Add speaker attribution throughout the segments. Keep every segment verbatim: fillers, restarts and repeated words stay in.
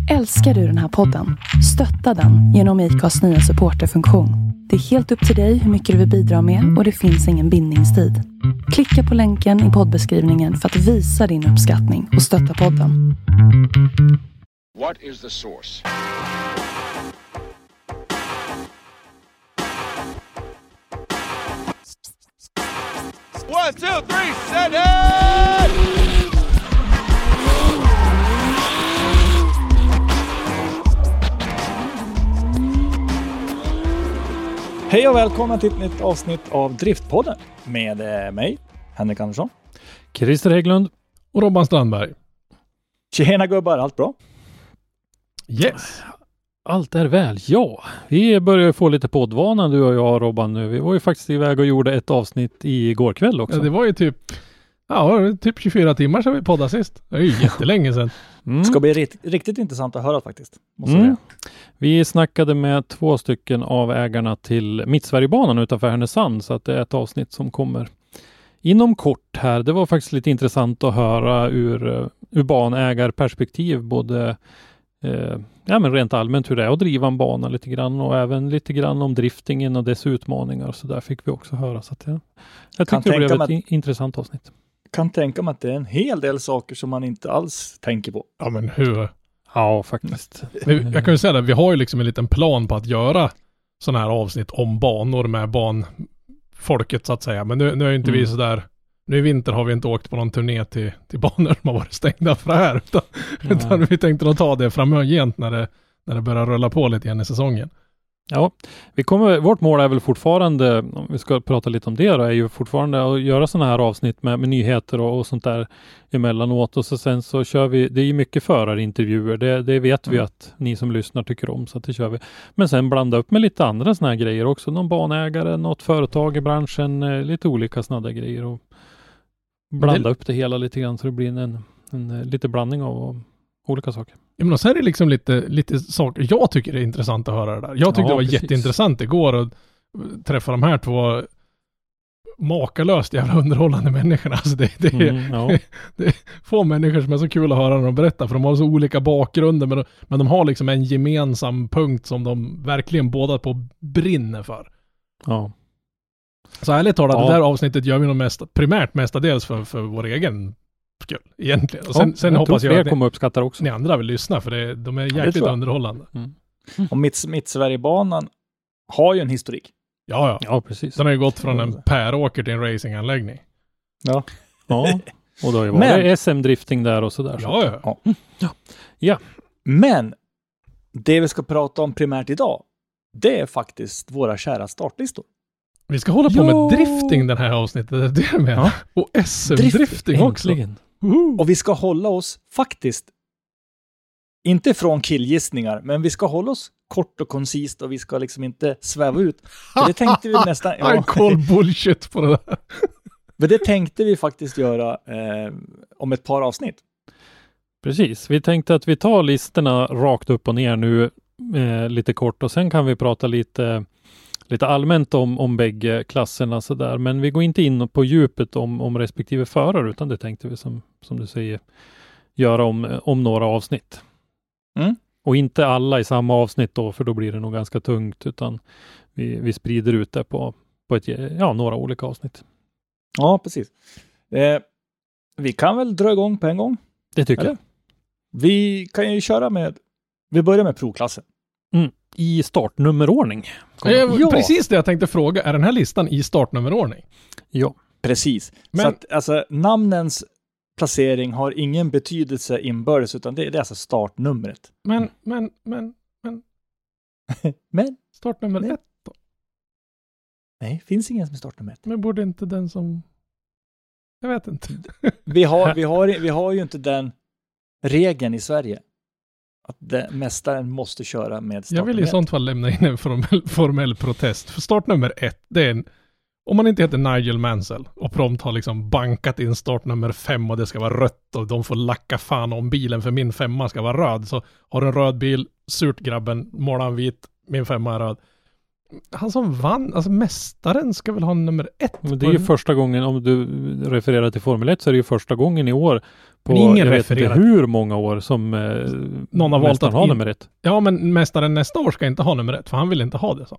Speaker 1: Älskar du den här podden? Stötta den genom I C A:s nya supporterfunktion. Det är helt upp till dig hur mycket du vill bidra med och det finns ingen bindningstid. Klicka på länken i poddbeskrivningen för att visa din uppskattning och stötta podden.
Speaker 2: What is the source? One, two, three, set it!
Speaker 3: Hej och välkomna till ett nytt avsnitt av Driftpodden med eh, mig, Henrik Andersson,
Speaker 4: Christer Hägglund
Speaker 5: och Robban Strandberg.
Speaker 3: Tjena gubbar, allt bra?
Speaker 5: Yes.
Speaker 4: Allt är väl, ja. Vi börjar få lite poddvana du och jag, Robban, nu. Vi var ju faktiskt iväg och gjorde ett avsnitt igår kväll också.
Speaker 5: Ja, det var ju typ ja, typ tjugofyra timmar sedan vi poddade sist. Det är ju jättelänge sedan.
Speaker 3: Mm. Det ska bli rikt, riktigt intressant att höra faktiskt. Måste
Speaker 4: mm. Vi snackade med två stycken av ägarna till Mittsverigebanan utanför Härnösand, så att det är ett avsnitt som kommer inom kort här. Det var faktiskt lite intressant att höra ur, ur banägarperspektiv, både eh, ja, men rent allmänt hur det är att driva en bana lite grann och även lite grann om driftingen och dess utmaningar, och så där fick vi också höra. Så att, ja, jag tyckte det blev ett att... intressant avsnitt.
Speaker 3: Kan tänka mig att det är en hel del saker som man inte alls tänker på.
Speaker 5: Ja, men hur?
Speaker 4: Ja, faktiskt.
Speaker 5: Jag kan ju säga det, vi har ju liksom en liten plan på att göra sådana här avsnitt om banor med banfolket så att säga. Men nu, nu är ju inte mm. vi så där, nu i vinter har vi inte åkt på någon turné till, till banor som har varit stängda för det här. Utan, ja. utan vi tänkte nog ta det framöver när det, när det börjar rulla på lite igen i säsongen.
Speaker 4: Ja, vi kommer, vårt mål är väl fortfarande, om vi ska prata lite om det då, är ju fortfarande att göra sådana här avsnitt med, med nyheter och, och sånt där emellanåt, och så sen så kör vi, det är ju mycket förarintervjuer, det, det vet mm. vi att ni som lyssnar tycker om, så att det kör vi. Men sen blanda upp med lite andra sådana här grejer också, någon banägare, något företag i branschen, lite olika sådana grejer, och blanda det... upp det hela lite grann så det blir en, en, en lite blandning av olika saker.
Speaker 5: Ja, men så är det liksom lite, lite saker jag tycker det är intressant att höra det där. Jag tyckte ja, det var precis. jätteintressant igår att träffa de här två makalöst jävla underhållande människorna. Alltså det, det, mm, ja. det är få människor som är så kul att höra när de berättar, för de har så olika bakgrunder, men, men de har liksom en gemensam punkt som de verkligen båda på brinner för.
Speaker 4: Ja.
Speaker 5: Så ärligt talat, ja. det där avsnittet gör vi nog mest, primärt mestadels för, för vår egen skull, egentligen. Och sen, ja, sen jag hoppas jag att
Speaker 4: kommer uppskatta också.
Speaker 5: Ni andra vill lyssna, för det, de är jäkligt ja, underhållande.
Speaker 3: Mm. Och mitt, Mittsverigebanan har ju en historik.
Speaker 5: Ja, ja.
Speaker 4: Ja, precis.
Speaker 5: Den har ju gått från en päråker till en racinganläggning.
Speaker 3: Ja.
Speaker 4: Ja. Och då har ju varit Men, S M-drifting där och sådär.
Speaker 5: Ja, ja.
Speaker 4: ja. ja. Ja.
Speaker 3: Men det vi ska prata om primärt idag, det är faktiskt våra kära startlistor.
Speaker 5: Vi ska hålla på ja. med drifting den här avsnittet, det är det med. Ja. Och S M-drifting också.
Speaker 3: Uh-huh. Och vi ska hålla oss faktiskt inte från killgissningar, men vi ska hålla oss kort och koncist, och vi ska liksom inte sväva ut. För det tänkte vi nästan...
Speaker 5: Ja. I call bullshit på det där.
Speaker 3: Men det tänkte vi faktiskt göra eh, om ett par avsnitt.
Speaker 4: Precis, vi tänkte att vi tar listorna rakt upp och ner nu eh, lite kort, och sen kan vi prata lite... lite allmänt om, om bägge klasserna så där. Men vi går inte in på djupet om, om respektive förare, utan det tänkte vi som, som du säger göra om, om några avsnitt.
Speaker 3: Mm.
Speaker 4: Och inte alla i samma avsnitt då, för då blir det nog ganska tungt, utan vi, vi sprider ut det på, på ett, ja, några olika avsnitt.
Speaker 3: Ja, precis. Eh, vi kan väl dra igång på en gång?
Speaker 4: Det tycker
Speaker 3: Eller?
Speaker 4: jag.
Speaker 3: Vi kan ju köra med, vi börjar med provklassen.
Speaker 4: Mm. I startnummerordning.
Speaker 5: Ja. Precis det jag tänkte fråga. Är den här listan i startnummerordning?
Speaker 4: Ja.
Speaker 3: Precis. Men... Så att alltså, namnens placering har ingen betydelse inbördes, utan det, det är alltså startnumret.
Speaker 5: Men, men, men, men.
Speaker 3: men?
Speaker 5: Startnummer
Speaker 3: men.
Speaker 5: ett då?
Speaker 3: Nej, finns ingen som är startnummer ett.
Speaker 5: Men borde inte den som... Jag vet inte.
Speaker 3: vi, har, vi, har, vi har ju inte den regeln i Sverige. Att det, mästaren måste köra med startnummer.
Speaker 5: Jag vill i sånt fall lämna in en formell, formell protest. För startnummer ett, det är en, om man inte heter Nigel Mansell och prompt har liksom bankat in startnummer fem och det ska vara rött och de får lacka fan om bilen för min femma ska vara röd. Så har du en röd bil, surt grabben, målar han vit, min femma är röd. Han som vann, alltså mästaren ska väl ha nummer ett?
Speaker 4: Men det är ju första gången, om du refererar till Formel ett, så är det ju första gången i år på
Speaker 5: ingen
Speaker 4: jag vet
Speaker 5: refererat.
Speaker 4: inte hur många år som eh,
Speaker 5: någon har valt att
Speaker 4: ha
Speaker 5: in...
Speaker 4: nummer ett.
Speaker 5: Ja, men mästaren nästa år ska inte ha nummer ett, för han vill inte ha det så.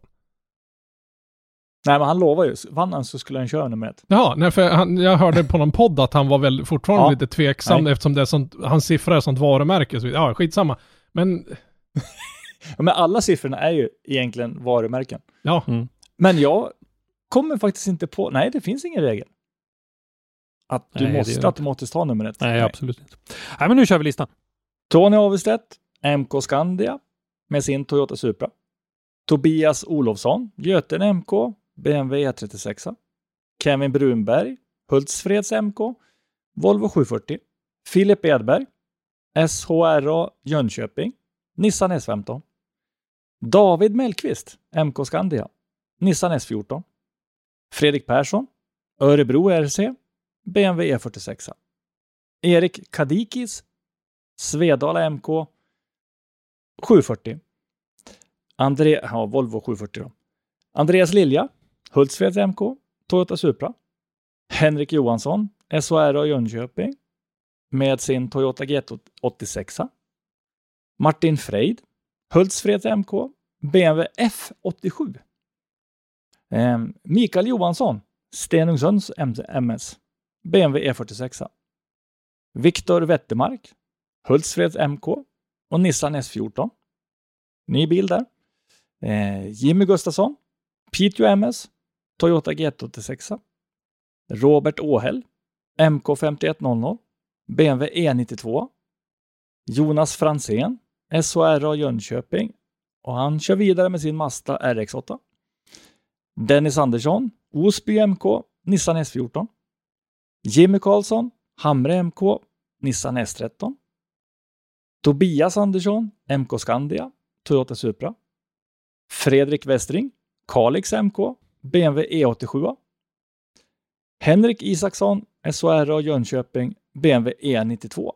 Speaker 3: Nej, men han lovar ju. Vann han så skulle han köra nummer ett.
Speaker 5: Ja, nej, för han, jag hörde på någon podd att han var väl fortfarande
Speaker 3: Ja.
Speaker 5: lite tveksam
Speaker 3: Nej.
Speaker 5: eftersom det är sånt, hans siffra är sånt varumärke. Så, ja, skitsamma. Men
Speaker 3: Ja, men alla siffrorna är ju egentligen varumärken.
Speaker 5: ja,
Speaker 4: Mm.
Speaker 3: Men jag kommer faktiskt inte på... Nej, det finns ingen regel. Att du
Speaker 4: Nej, det
Speaker 3: måste
Speaker 4: gör det
Speaker 3: automatiskt ha nummer ett.
Speaker 4: Nej, absolut inte. Nej, men nu kör vi listan.
Speaker 3: Tony Avestedt, M K Scandia med sin Toyota Supra. Tobias Olofsson, Göten M K, B M W E trettiosex. Kevin Brunberg, Hultsfreds M K, Volvo sjuhundrafyrtio. Filip Edberg, S H R A Jönköping, Nissan S femton. David Mellqvist, M K Scandia, Nissan S fjorton. Fredrik Persson, Örebro R C, B M W E fyrtiosex. Erik Kadikis, Svedala M K, sjuhundrafyrtio. André, ja, Volvo sjuhundrafyrtio då. Andreas Lilja, Hultsfreds M K, Toyota Supra. Henrik Johansson, S H R A Jönköping med sin Toyota G T åttiosex. Martin Freid, Hultsfreds M K, B M W F åttiosju. Eh, Mikael Johansson, Stenungsunds M S, B M W E fyrtiosex. Viktor Wettermark, Hultsfreds M K och Nissan S fjorton. Ny bil där. Eh, Jimmy Gustafsson, Piteå M S, Toyota G T åttiosex. Robert Åhäll, M K femtioett hundra, B M W E nittiotvå. Jonas Fransén, S H R A Jönköping, och han kör vidare med sin Mazda R X åtta. Dennis Andersson, Osby M K, Nissan S fjorton. Jimmy Karlsson, Hamre M K, Nissan S tretton. Tobias Andersson, M K Scandia, Toyota Supra. Fredrik Westring, Kalix M K, B M W E åttiosju. Henrik Isaksson, S H R A Jönköping, B M W E nittiotvå.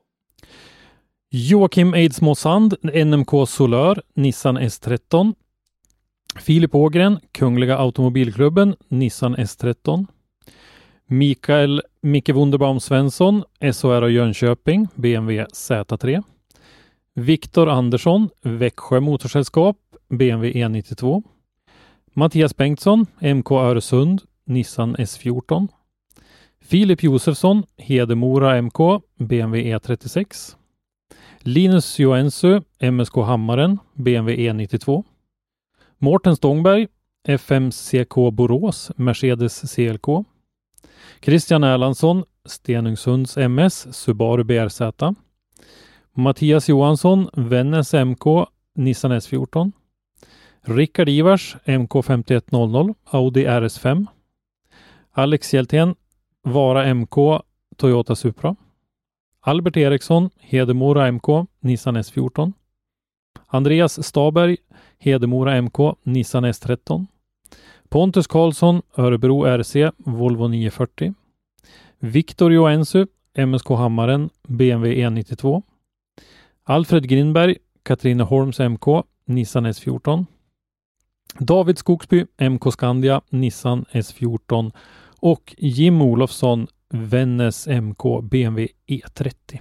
Speaker 4: Joakim Eidsmåsand, N M K Solör, Nissan S tretton. Filip Ågren, Kungliga Automobilklubben, Nissan S tretton. Mikael Micke Wunderbaum Svensson, S H R A Jönköping, B M W Z tre. Viktor Andersson, Växjö Motorsällskap, B M W E nittiotvå. Mattias Bengtsson, M K Öresund, Nissan S fjorton. Filip Josefsson, Hedemora M K, B M W E trettiosex. Linus Joensuu, M S K Hammaren, B M W E nittiotvå. Mårten Stångberg, F M C K Borås, Mercedes C L K. Christian Erlandsson, Stenungsunds M S, Subaru B R Z. Mattias Johansson, Vännäs M K, Nissan S fjorton. Rickard Ivars, M K femtioett hundra, Audi R S fem. Alex Hjältén, Vara M K, Toyota Supra. Albert Eriksson, Hedemora M K, Nissan S fjorton. Andreas Staberg, Hedemora M K, Nissan S tretton. Pontus Karlsson, Örebro R C, Volvo niohundrafyrtio. Viktor Joensuu, M S K Hammaren, B M W E nittiotvå. Alfred Grindberg, Katrineholms M K, Nissan S fjorton. David Skogsby, M K Scandia, Nissan S fjorton. Och Jim Olofsson, Vännäs M K, B M W E trettio.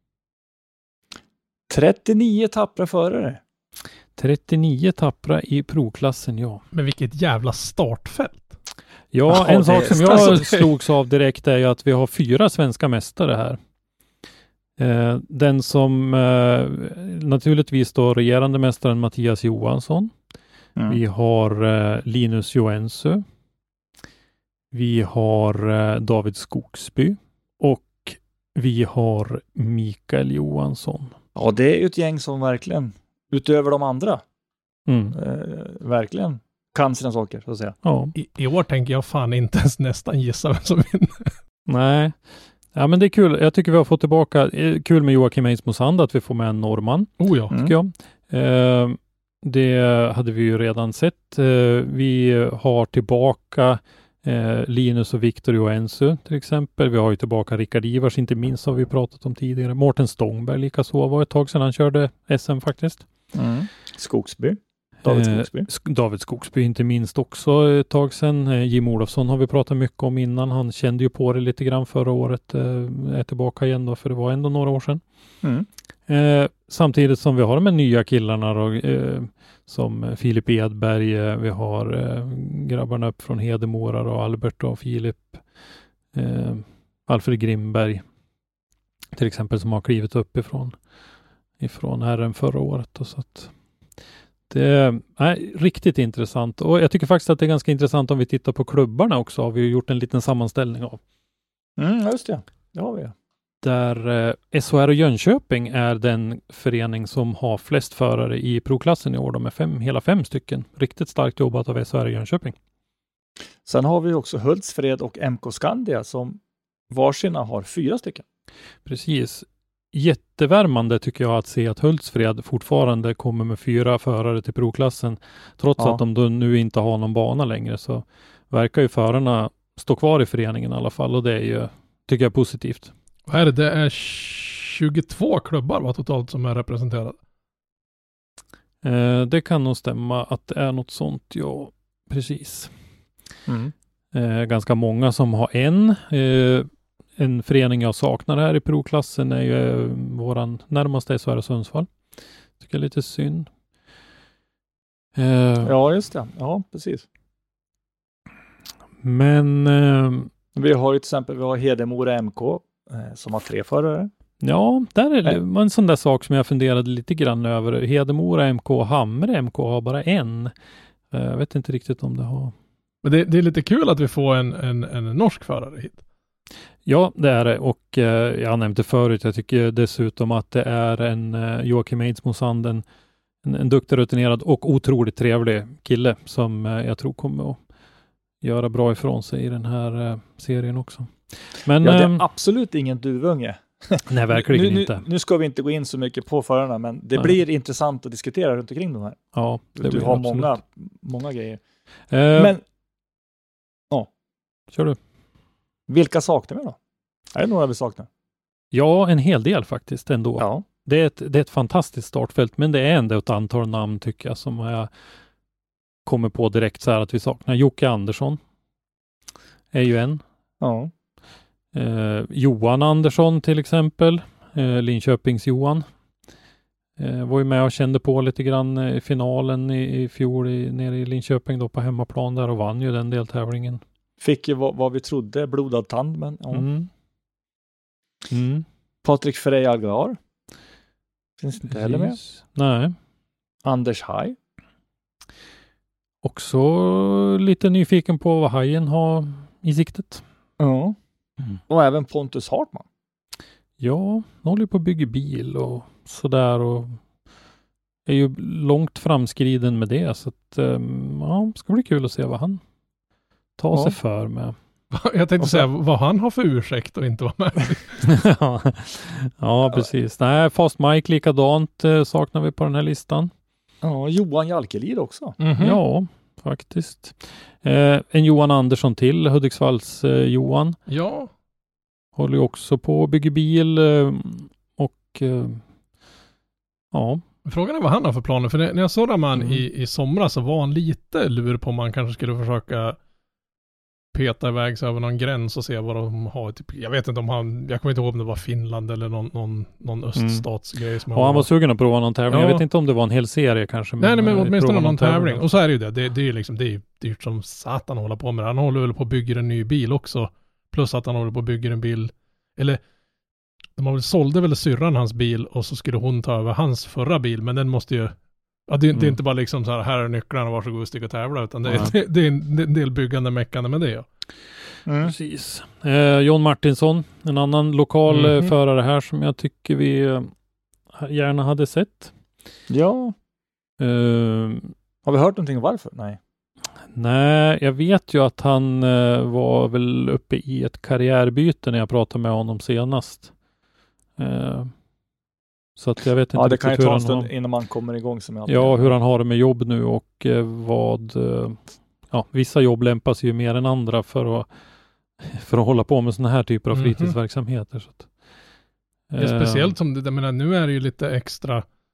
Speaker 3: trettionio tappra förare.
Speaker 4: trettionio tappra i provklassen, ja.
Speaker 5: men vilket jävla startfält.
Speaker 4: Ja,
Speaker 3: Ja,
Speaker 4: en
Speaker 3: det-
Speaker 4: sak som jag
Speaker 3: alltså, det-
Speaker 4: slogs av direkt är ju att vi har fyra svenska mästare här. Eh, den som eh, naturligtvis då regerande mästaren Mattias Johansson.
Speaker 3: Mm.
Speaker 4: Vi har eh, Linus Joensuu. Vi har eh, David Skogsby. Och vi har Mikael Johansson.
Speaker 3: Ja, det är ju ett gäng som verkligen, utöver de andra,
Speaker 4: Mm.
Speaker 3: eh, verkligen kan sina saker, så att säga.
Speaker 4: Ja,
Speaker 5: I, I år tänker jag fan inte ens nästan gissa vem som vinner.
Speaker 4: nej. Ja, men det är kul. Jag tycker vi har fått tillbaka, eh, kul med Joakim Eidsmåsand att vi får med en norrman.
Speaker 5: Oh ja.
Speaker 3: Mm.
Speaker 4: Tycker jag. Eh, det hade vi ju redan sett. Eh, vi har tillbaka eh, Linus och Viktor Joensuu till exempel. Vi har ju tillbaka Rickard Ivars, inte minst har vi pratat om tidigare. Mårten Stångberg likaså, var ett tag sedan han körde S M faktiskt.
Speaker 3: Mm. Skogsby. David Skogsby.
Speaker 4: Eh, David Skogsby inte minst också ett tag sedan. Eh, Jim Olofsson har vi pratat mycket om innan. Han kände ju på det lite grann förra året. Eh, är tillbaka igen då, för det var ändå några år sedan.
Speaker 3: Mm.
Speaker 4: Eh, samtidigt som vi har de här nya killarna då, eh, som Filip Edberg. Eh, vi har eh, grabbarna upp från Hedemora och Albert och Filip. Eh, Alfred Grimberg till exempel, som har klivit upp ifrån ifrån herren förra året. Och så att det är riktigt intressant. Och jag tycker faktiskt att det är ganska intressant om vi tittar på klubbarna också. Har vi gjort en liten sammanställning av.
Speaker 3: Mm, just det. Det har vi.
Speaker 4: Där eh, S H R och Jönköping är den förening som har flest förare i proklassen i år. De är fem, hela fem stycken. Riktigt starkt jobbat av S H R och Jönköping.
Speaker 3: Sen har vi också Hultsfred och M K Skandia som varsina har fyra stycken.
Speaker 4: Precis. Jättevärmande tycker jag att se att Hultsfred fortfarande kommer med fyra förare till proklassen. Trots
Speaker 3: ja.
Speaker 4: att de då nu inte har någon bana längre, så verkar ju förarna stå kvar i föreningen i alla fall, och det är ju, tycker jag, positivt.
Speaker 5: Vad är det? Det är tjugotvå klubbar va, totalt som är representerade?
Speaker 4: Eh, det kan nog stämma att det är något sånt, ja, precis.
Speaker 3: Mm.
Speaker 4: Eh, ganska många som har en. Eh, en förening jag saknar här i proklassen är ju eh, våran närmaste S H R Sundsvall. Tycker jag är lite synd. Eh,
Speaker 3: Ja, just det. Ja, precis.
Speaker 4: Men eh,
Speaker 3: Vi har ju till exempel vi har Hedemora M K eh, som har tre förare.
Speaker 4: ja, där är det var en sån där sak som jag funderade lite grann över. Hedemora M K och Hamre M K har bara en. Eh, jag vet inte riktigt om det har.
Speaker 5: Men det, det är lite kul att vi får en, en, en norsk förare hit.
Speaker 4: Ja, det är det, och eh, jag nämnde förut, jag tycker dessutom att det är en eh, Joakim Eidsmosand, en, en, en duktig, rutinerad och otroligt trevlig kille som eh, jag tror kommer att göra bra ifrån sig i den här eh, serien också. Men
Speaker 3: Ja, det
Speaker 4: eh,
Speaker 3: är absolut ingen duvunge.
Speaker 4: nej, verkligen
Speaker 3: nu,
Speaker 4: inte.
Speaker 3: Nu, nu ska vi inte gå in så mycket på förarna, men det
Speaker 4: Nej.
Speaker 3: blir intressant att diskutera runt omkring de här.
Speaker 4: Ja, det
Speaker 3: Du
Speaker 4: blir
Speaker 3: har
Speaker 4: absolut.
Speaker 3: många, många grejer.
Speaker 4: Eh,
Speaker 3: Men
Speaker 4: kör du?
Speaker 3: vilka saknar vi då? Är det några vi saknar?
Speaker 4: Ja, en hel del faktiskt ändå.
Speaker 3: Ja.
Speaker 4: Det är, ett, det är ett fantastiskt startfält, men det är ändå ett antal namn tycker jag som jag kommer på direkt så här att vi saknar. Jocke Andersson är ju en.
Speaker 3: Ja.
Speaker 4: Eh, Johan Andersson till exempel, eh, Linköpings Johan. Eh, var ju med och kände på lite grann i finalen i, i fjol i, nere i Linköping då på hemmaplan där och vann ju den deltävlingen.
Speaker 3: Fick ju vad, vad vi trodde, blodad tand, men ja.
Speaker 4: Mm. Mm.
Speaker 3: Patrik Frey Algar. Finns inte heller med.
Speaker 4: Precis. Nej.
Speaker 3: Anders Haj.
Speaker 4: Också lite nyfiken på vad Hajen har i siktet.
Speaker 3: Ja.
Speaker 4: Mm.
Speaker 3: Och även Pontus Hartman.
Speaker 4: Ja, han håller på att bygga bil och sådär och är ju långt framskriden med det, så att um, ja, det ska bli kul att se vad han tar
Speaker 3: Ja.
Speaker 4: sig för med.
Speaker 5: Jag tänkte
Speaker 3: Och så-
Speaker 5: säga vad han har för ursäkt och inte vara med.
Speaker 4: ja. ja, precis. Nej, Fast Mike likadant eh, saknar vi på den här listan.
Speaker 3: Ja, Johan Jalkelid också.
Speaker 5: Mhm.
Speaker 4: Ja, faktiskt. Eh, en Johan Andersson till, Hudiksvalls eh, Johan.
Speaker 5: Ja.
Speaker 4: Håller ju också på att bygga bil eh, och eh, ja.
Speaker 5: Frågan är vad han har för planer. För när jag såg Raman
Speaker 4: Mm.
Speaker 5: i, i somras så var han lite lur på om man kanske skulle försöka peta iväg sig över någon gräns och se vad de har. Typ, jag vet inte om han, jag kommer inte ihåg om det var Finland eller någon, någon, någon öststatsgrej. Som
Speaker 4: Och han var sugen att prova någon tävling.
Speaker 5: Ja.
Speaker 4: Jag vet inte om det var en hel serie kanske.
Speaker 5: Nej, nej, men
Speaker 4: eh,
Speaker 5: åtminstone
Speaker 4: prova
Speaker 5: någon tävling. Och så är det ju det. Det, det är ju liksom, det är ju dyrt som satan att hålla på med det. Han håller väl på att bygga en ny bil också. Plus att han håller på att bygga en bil. Eller, de har väl sålde väl syrran hans bil och så skulle hon ta över hans förra bil. Men den måste ju, ja, det, mm. det är inte bara liksom så här, här är nycklarna, varsågod och stick och tävla. Utan det,
Speaker 4: Ja.
Speaker 5: det, det är en, det är en del byggande meckande med det. Ja.
Speaker 3: Mm.
Speaker 4: Precis. Eh, John Martinsson, en annan lokal
Speaker 5: Mhm.
Speaker 4: eh, förare här som jag tycker vi eh, gärna hade sett.
Speaker 3: Ja.
Speaker 4: Eh,
Speaker 3: Har vi hört någonting om varför? Nej.
Speaker 4: nej, jag vet ju att han eh, var väl uppe i ett karriärbyte när jag pratade med honom senast. Eh, så att jag vet inte
Speaker 3: Ja, det kan ju
Speaker 4: riktigt hur
Speaker 3: ta en
Speaker 4: han
Speaker 3: stund
Speaker 4: har,
Speaker 3: innan man kommer igång som jag
Speaker 4: ja, hur han har det med jobb nu och eh, vad eh, ja, vissa jobb lämpar sig ju mer än andra för att för att hålla på med såna här typer av
Speaker 5: Mhm.
Speaker 4: fritidsverksamheter. Så att,
Speaker 5: Det är speciellt som det, jag menar, nu är det ju lite extra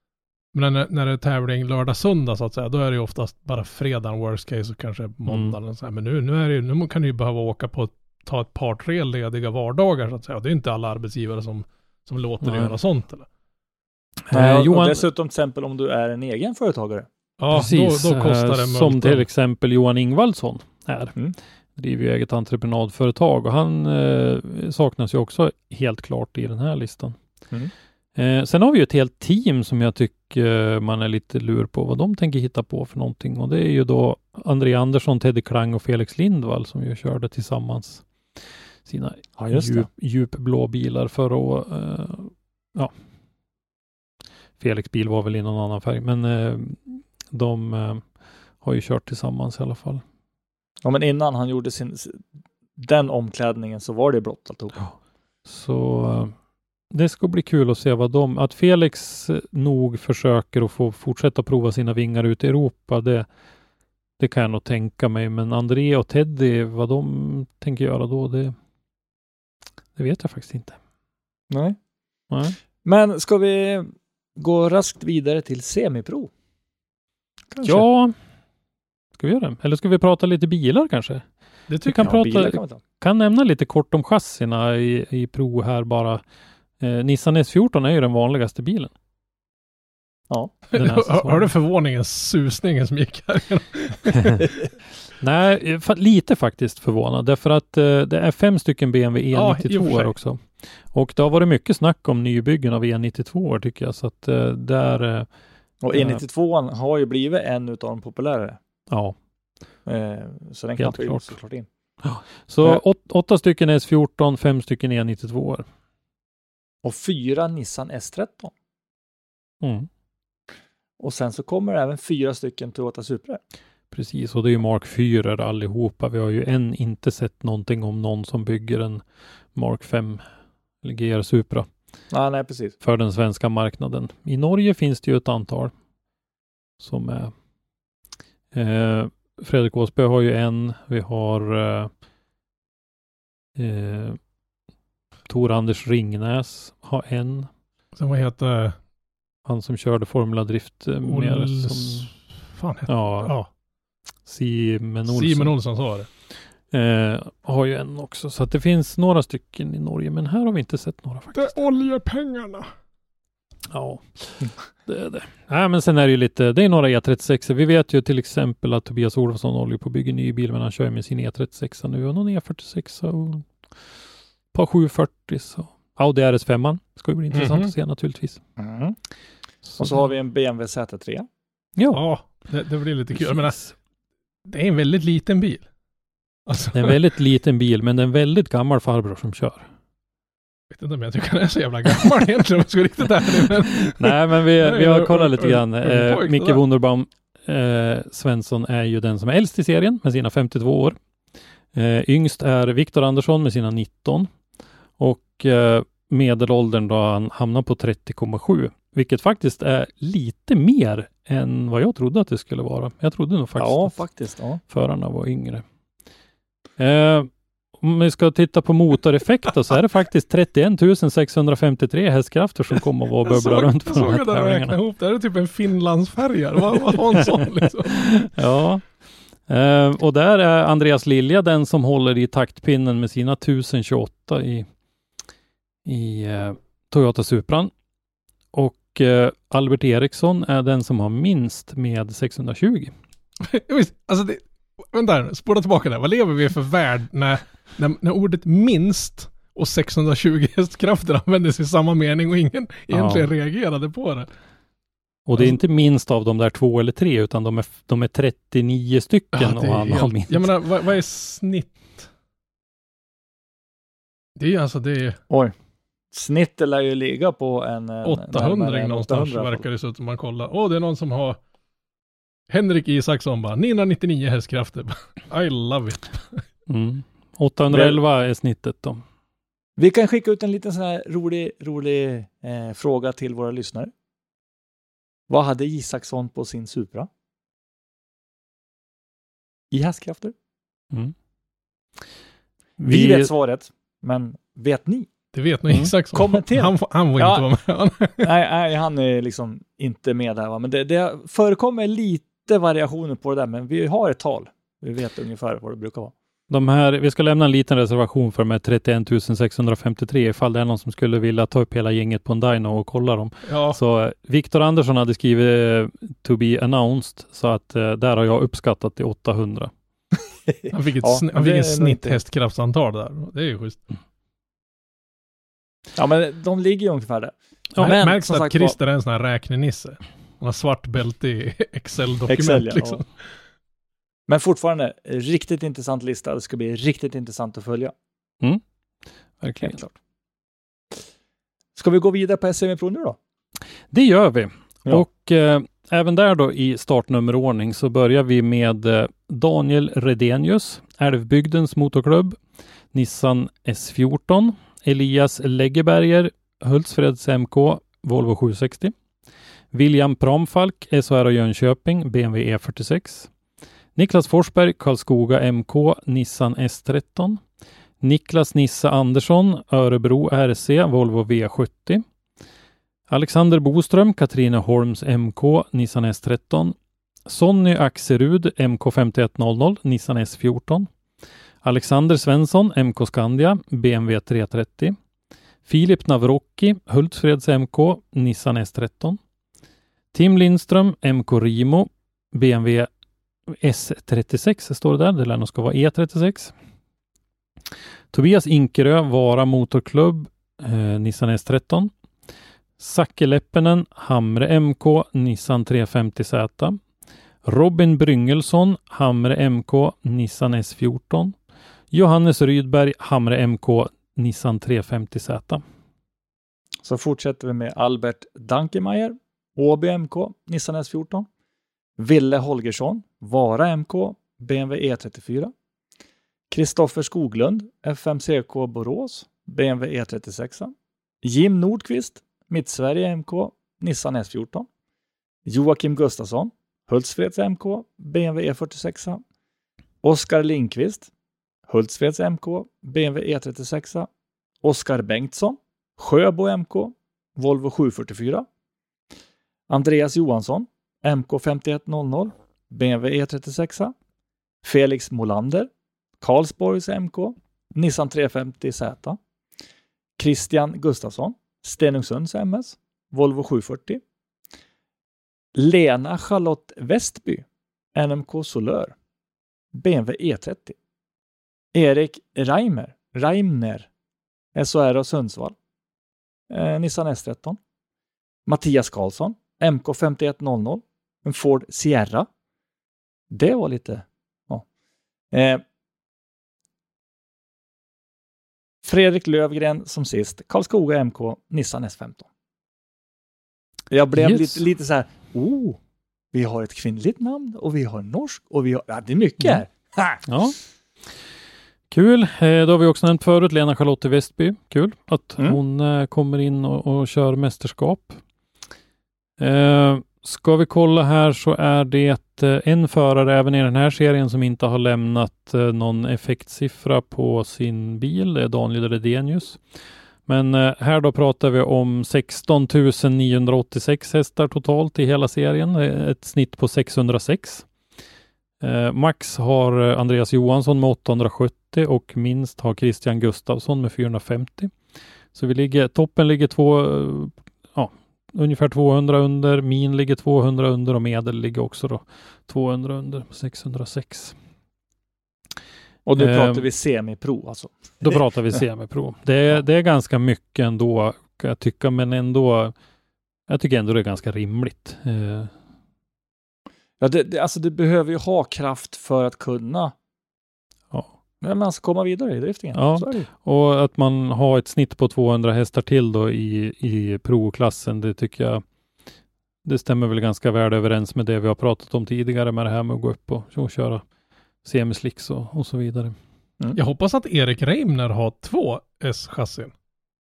Speaker 5: Men när, när det är tävling lördag, söndag så att säga, då är det ju oftast bara fredagen worst case och kanske måndagen. Mm. Så här. Men nu, nu, är det, nu kan du ju behöva åka på ta ett par tre lediga vardagar så att säga. Det är inte alla arbetsgivare som, som låter dig göra sånt eller?
Speaker 3: Nej, eh, Johan, dessutom till exempel om du är en egen företagare.
Speaker 5: Ja, precis. Då, då kostar det
Speaker 4: som multen. Till exempel Johan Ingvaldsson här. Mm. Driver ju eget entreprenadföretag och han eh, saknas ju också helt klart i den här listan. Mm. Eh, sen har vi ju ett helt team som jag tycker man är lite lur på vad de tänker hitta på för någonting. Och det är ju då André Andersson, Teddy Klang och Felix Lindvall som ju körde tillsammans sina ja, djup, djupblå bilar förra året. Eh, ja. Felix bil var väl i någon annan färg, men eh, de eh, har ju kört tillsammans i alla fall.
Speaker 3: Ja, men innan han gjorde sin den omklädningen så var det blått alltihop.
Speaker 4: Ja. Så eh, det ska bli kul att se vad de, att Felix nog försöker att få fortsätta prova sina vingar ut i Europa, det, det kan jag nog tänka mig, men André och Teddy, vad de tänker göra då, det, det vet jag faktiskt inte.
Speaker 3: Nej.
Speaker 4: Nej.
Speaker 3: Men ska vi gå raskt vidare till semipro?
Speaker 4: Kanske. Ja, ska vi göra det? Eller ska vi prata lite bilar kanske?
Speaker 5: Det tycker
Speaker 4: vi kan,
Speaker 5: jag.
Speaker 4: prata,
Speaker 3: Bilar kan, vi ta.
Speaker 4: kan nämna lite kort om chassina i, i pro här bara. Eh, Nissan S fjorton är ju den vanligaste bilen.
Speaker 3: Ja.
Speaker 5: Hör du förvåningens susningen som gick här?
Speaker 4: Nej, fa- lite faktiskt förvånad. Därför att eh, det är fem stycken B M W E nittiotvå ja, också. Och det har varit mycket snack om nybyggen av E nittiotvå tycker jag. Så att eh, där... Eh,
Speaker 3: och E nittiotvå har ju blivit en av de populärare.
Speaker 4: Ja.
Speaker 3: Eh, så den kan ju såklart in.
Speaker 4: Ja. Så åt, åtta stycken S fjorton, fem stycken E nittiotvå.
Speaker 3: Och fyra Nissan S tretton.
Speaker 4: Mm.
Speaker 3: Och sen så kommer även fyra stycken Toyota Supra.
Speaker 4: Precis, och det är ju Mark fyra allihopa. Vi har ju än inte sett någonting om någon som bygger en Mark fem eller G R Supra.
Speaker 3: Ah, nej, precis.
Speaker 4: För den svenska marknaden. I Norge finns det ju ett antal som är eh, Fredrik Åsberg har ju en. Vi har eh, eh, Tor Anders Ringnäs har en.
Speaker 5: Sen vad heter
Speaker 4: han som körde Formula Drift eh, mer som
Speaker 5: fan heter
Speaker 4: ja,
Speaker 5: ja.
Speaker 4: Simon Olsson.
Speaker 5: Simon Olsson sa det.
Speaker 4: Eh, har ju en också. Så att det finns några stycken i Norge. Men här har vi inte sett några faktiskt.
Speaker 5: Det är oljepengarna.
Speaker 4: Ja, det är det. Nej, men sen är det ju lite, det är några E trettiosex. Vi vet ju till exempel att Tobias Olofsson håller på att bygga en ny bil, men han kör med sin E trettiosex nu och någon E fyrtiosex och ett par sjuhundrafyrtio. Så. Audi R S fem ska ju bli intressant mm-hmm. att se naturligtvis.
Speaker 3: Mm. Så och så har vi en B M W Z tre.
Speaker 5: Ja, ja det, det blir lite kul. Jag menar, det är en väldigt liten bil. Alltså.
Speaker 4: Det är en väldigt liten bil, men det är en väldigt gammal farbror som kör.
Speaker 5: Jag vet inte om jag tycker han är så jävla gammal egentligen, om jag ska riktigt ärlig. Men...
Speaker 4: Nej, men vi, vi har kollat lite grann. Eh, Micke Wunderbaum eh, Svensson är ju den som är äldst i serien med sina femtiotvå år. Eh, yngst är Viktor Andersson med sina nitton. Och eh, medelåldern då han hamnar på trettio komma sju. Vilket faktiskt är lite mer än vad jag trodde att det skulle vara. Jag trodde nog faktiskt
Speaker 3: ja,
Speaker 4: att
Speaker 3: faktiskt, ja.
Speaker 4: förarna var yngre. Eh, om vi ska titta på motoreffekter så är det faktiskt trettioen tusen sexhundrafemtiotre hästkrafter som kommer att vara bubbla runt på de här tävlingarna.
Speaker 5: Ihop. Det är typ en Finlandsfärja. Vad var hon sån liksom?
Speaker 4: Ja. Eh, och där är Andreas Lilja den som håller i taktpinnen med sina tusen tjugoåtta i, i eh, Toyota Supran. Och eh, Albert Eriksson är den som har minst med sexhundratjugo.
Speaker 5: Alltså det, vänta här, spåra tillbaka där. Vad lever vi för värld när, när, när ordet minst och sexhundratjugo hästkrafter användes i samma mening och ingen ja. egentligen reagerade på det?
Speaker 4: Och det är inte minst av de där två eller tre, utan de är, de är trettionio stycken ja, och han helt, har minst.
Speaker 5: Jag menar, vad, vad är snitt? Det är alltså det.
Speaker 3: Oj. Snittet lär ju ligga på en... en
Speaker 5: åttahundra en, någonstans åttahundra verkar det så att man kollar. Åh, det är någon som har Henrik Isaksson bara, niohundranittionio hästkrafter. I love it.
Speaker 4: Mm. åttahundraelva är snittet då.
Speaker 3: Vi kan skicka ut en liten sån här rolig, rolig eh, fråga till våra lyssnare. Vad hade Isaksson på sin Supra? I hästkrafter?
Speaker 4: Mm.
Speaker 3: Vi... Vi vet svaret, men vet ni?
Speaker 5: Det vet nog Isak som.
Speaker 3: Kommer till.
Speaker 5: Han, han får
Speaker 3: Ja.
Speaker 5: inte vara med.
Speaker 3: nej, nej, han är liksom inte med där. Va? Men det, det förekommer lite variationer på det där. Men vi har ett tal. Vi vet ungefär vad det brukar vara.
Speaker 4: De här, vi ska lämna en liten reservation för de här trettioett tusen sexhundrafemtiotre ifall det är någon som skulle vilja ta upp hela gänget på en dyno och kolla dem.
Speaker 5: Ja.
Speaker 4: Så eh, Viktor Andersson hade skrivit eh, to be announced, så att eh, där har jag uppskattat till åttahundra.
Speaker 5: Han fick ett,
Speaker 3: Ja,
Speaker 5: sn- han
Speaker 3: det
Speaker 5: fick
Speaker 3: är
Speaker 5: ett
Speaker 3: nog
Speaker 5: snitt
Speaker 3: inte-
Speaker 5: hästkraftsantal där. Det är ju schysst.
Speaker 3: Ja, men de ligger ju ungefär där.
Speaker 5: Ja,
Speaker 3: men,
Speaker 5: märks
Speaker 3: som
Speaker 5: att
Speaker 3: sagt
Speaker 5: Christer är en sån här räknenisse. Han har svart bälte i Excel-dokument
Speaker 3: Excel, ja,
Speaker 5: liksom.
Speaker 3: ja. Men fortfarande, riktigt intressant lista. Det ska bli riktigt intressant att följa.
Speaker 4: Verkligen.
Speaker 3: Helt klart. Ska vi gå vidare på S M Pro nu då?
Speaker 4: Det gör vi.
Speaker 3: Ja.
Speaker 4: Och eh, även där då i startnummerordning så börjar vi med eh, Daniel Redenius, Älvbygdens motorklubb, Nissan S fjorton, Elias Läggeberger, Hultsfreds M K, Volvo sjuhundrasextio, William Pramfalk, S H R och Jönköping, B M W E fyrtiosex, Niklas Forsberg, Karlskoga M K, Nissan S tretton, Niklas Nisse Andersson, Örebro R C, Volvo V sjuttio, Alexander Boström, Katrineholms M K, Nissan S tretton, Sonny Axerud, M K femtioett noll noll, Nissan S fjorton, Alexander Svensson, M K Scandia, B M W trehundratrettio, Filip Navrocki, Hultsfreds M K, Nissan S tretton, Tim Lindström, M K Rimo, B M W S trettiosex står det där, det lär nog ska vara E trettiosex. Tobias Inkerö, Vara Motorklubb, eh, Nissan S tretton. Zacke Leppinen, Hamre M K, Nissan trehundrafemtio Z. Robin Bryngelsson, Hamre M K, Nissan S fjorton. Johannes Rydberg, Hamre M K, Nissan trehundrafemtio Z.
Speaker 3: Så fortsätter vi med Albert Dankemeyer, Åby M K, Nissan S fjorton. Ville Holgersson, Vara M K, B M W E trettiofyra. Kristoffer Skoglund, F M C K Borås, B M W E trettiosex. Jim Nordqvist, Mittsverige M K, Nissan S fjorton. Joakim Gustafsson, Hultsfreds M K, B M W E fyrtiosex. Oskar Lindqvist, Hultsfreds M K, B M W E trettiosex. Oskar Bengtsson, Sjöbo M K, Volvo sjuhundrafyrtiofyra. Andreas Johansson, M K femtioett noll noll, B M W E trettiosex. Felix Molander, Karlsborgs M K, Nissan trehundrafemtio Z. Christian Gustafsson, Stenungsunds M S, Volvo sjuhundrafyrtio. Lena Charlotte Westby, N M K Solör, B M W E trettio. Erik Reimer, Reimner, S H R och Sundsvall, eh, Nissan S tretton. Mattias Karlsson, M K femtioett noll noll, en Ford Sierra. Det var lite... Ja. Eh, Fredrik Lövgren som sist, Karlskoga M K, Nissan S femton. Jag blev
Speaker 4: Yes.
Speaker 3: lite, lite så här, oh, vi har ett kvinnligt namn och vi har norsk och vi har, ja, det är mycket här. Ha!
Speaker 4: Ja. Kul. Eh, då har vi också nämnt förut Lena Charlotte Westby. Kul att
Speaker 3: Mm.
Speaker 4: hon eh, kommer in och, och kör mästerskap. Eh, ska vi kolla här så är det eh, en förare även i den här serien som inte har lämnat eh, någon effektsiffra på sin bil. Det är Daniel Redenius. Men eh, här då pratar vi om sexton tusen niohundraåttiosex hästar totalt i hela serien. Ett snitt på sexhundrasex. Eh, max har eh, Andreas Johansson med åttahundrasjuttio och minst har Christian Gustafsson med fyrahundrafemtio. Så vi ligger, toppen ligger två, eh, ja, ungefär tvåhundra under, min ligger tvåhundra under och medel ligger också då tvåhundra under, sexhundrasex.
Speaker 3: Och nu
Speaker 4: Eh,
Speaker 3: pratar vi semipro alltså.
Speaker 4: Då pratar vi semipro. Det är, det är ganska mycket ändå kan jag tycka, men ändå jag tycker ändå det är ganska rimligt. Eh,
Speaker 3: Ja, det, det, alltså det behöver ju ha kraft för att kunna
Speaker 4: ja.
Speaker 3: men man ska komma vidare i driftingen.
Speaker 4: Ja.
Speaker 3: Så är det ju.
Speaker 4: Och att man har ett snitt på tvåhundra hästar till då i, i pro-klassen, det tycker jag det stämmer väl ganska väl överens med det vi har pratat om tidigare med det här med att gå upp och, och köra semislicks och, och så vidare.
Speaker 3: Mm.
Speaker 5: Jag hoppas att Erik Reimner har två S-chassin.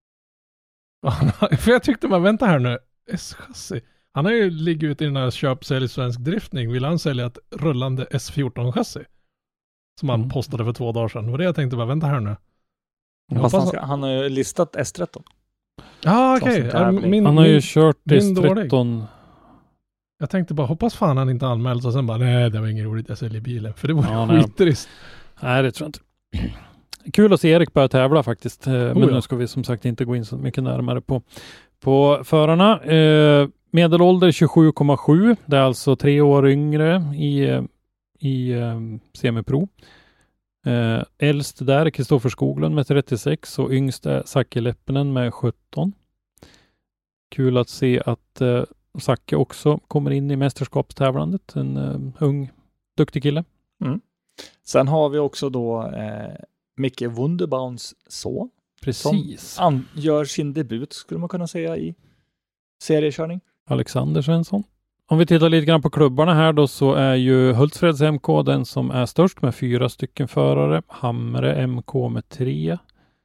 Speaker 5: För jag tyckte man vänta här nu, S-chassi. Han har ju ligger ute i den här köp-sälj svensk driftning. Vill han sälja ett rullande S fjorton-chassi? Som han
Speaker 4: Mm.
Speaker 5: postade för två dagar sedan. Det var det jag tänkte bara, vänta här nu.
Speaker 3: Fast han, ska, han har ju listat S tretton.
Speaker 5: Ja, ah, okej. Okay.
Speaker 3: Okay.
Speaker 4: Han har ju kört S tretton.
Speaker 5: Jag tänkte bara, hoppas fan han inte anmäls och sen bara, nej det var inget roligt, jag säljer bilen. För det var
Speaker 4: ja,
Speaker 5: skittrist.
Speaker 4: Nej, det tror jag inte. Kul att se Erik börja tävla faktiskt. Men oh, ja. Nu ska vi som sagt inte gå in så mycket närmare på, på förarna. Eh, medelålder tjugosju komma sju. Det är alltså tre år yngre i, i eh, semipro. Eh, äldst där är Kristoffer Skoglund med trettiosex och yngst är Zacke Leppinen med sjutton. Kul att se att eh, Zacke också kommer in i mästerskapstävlandet. En uh, ung, duktig kille.
Speaker 3: Mm. Sen har vi också då eh, Micke Wunderbauns son.
Speaker 4: Precis.
Speaker 3: Som an- gör sin debut, skulle man kunna säga, i seriekörning.
Speaker 4: Alexander Svensson. Om vi tittar lite grann på klubbarna här då, så är ju Hultsfreds M K den som är störst med fyra stycken förare. Hamre M K med tre.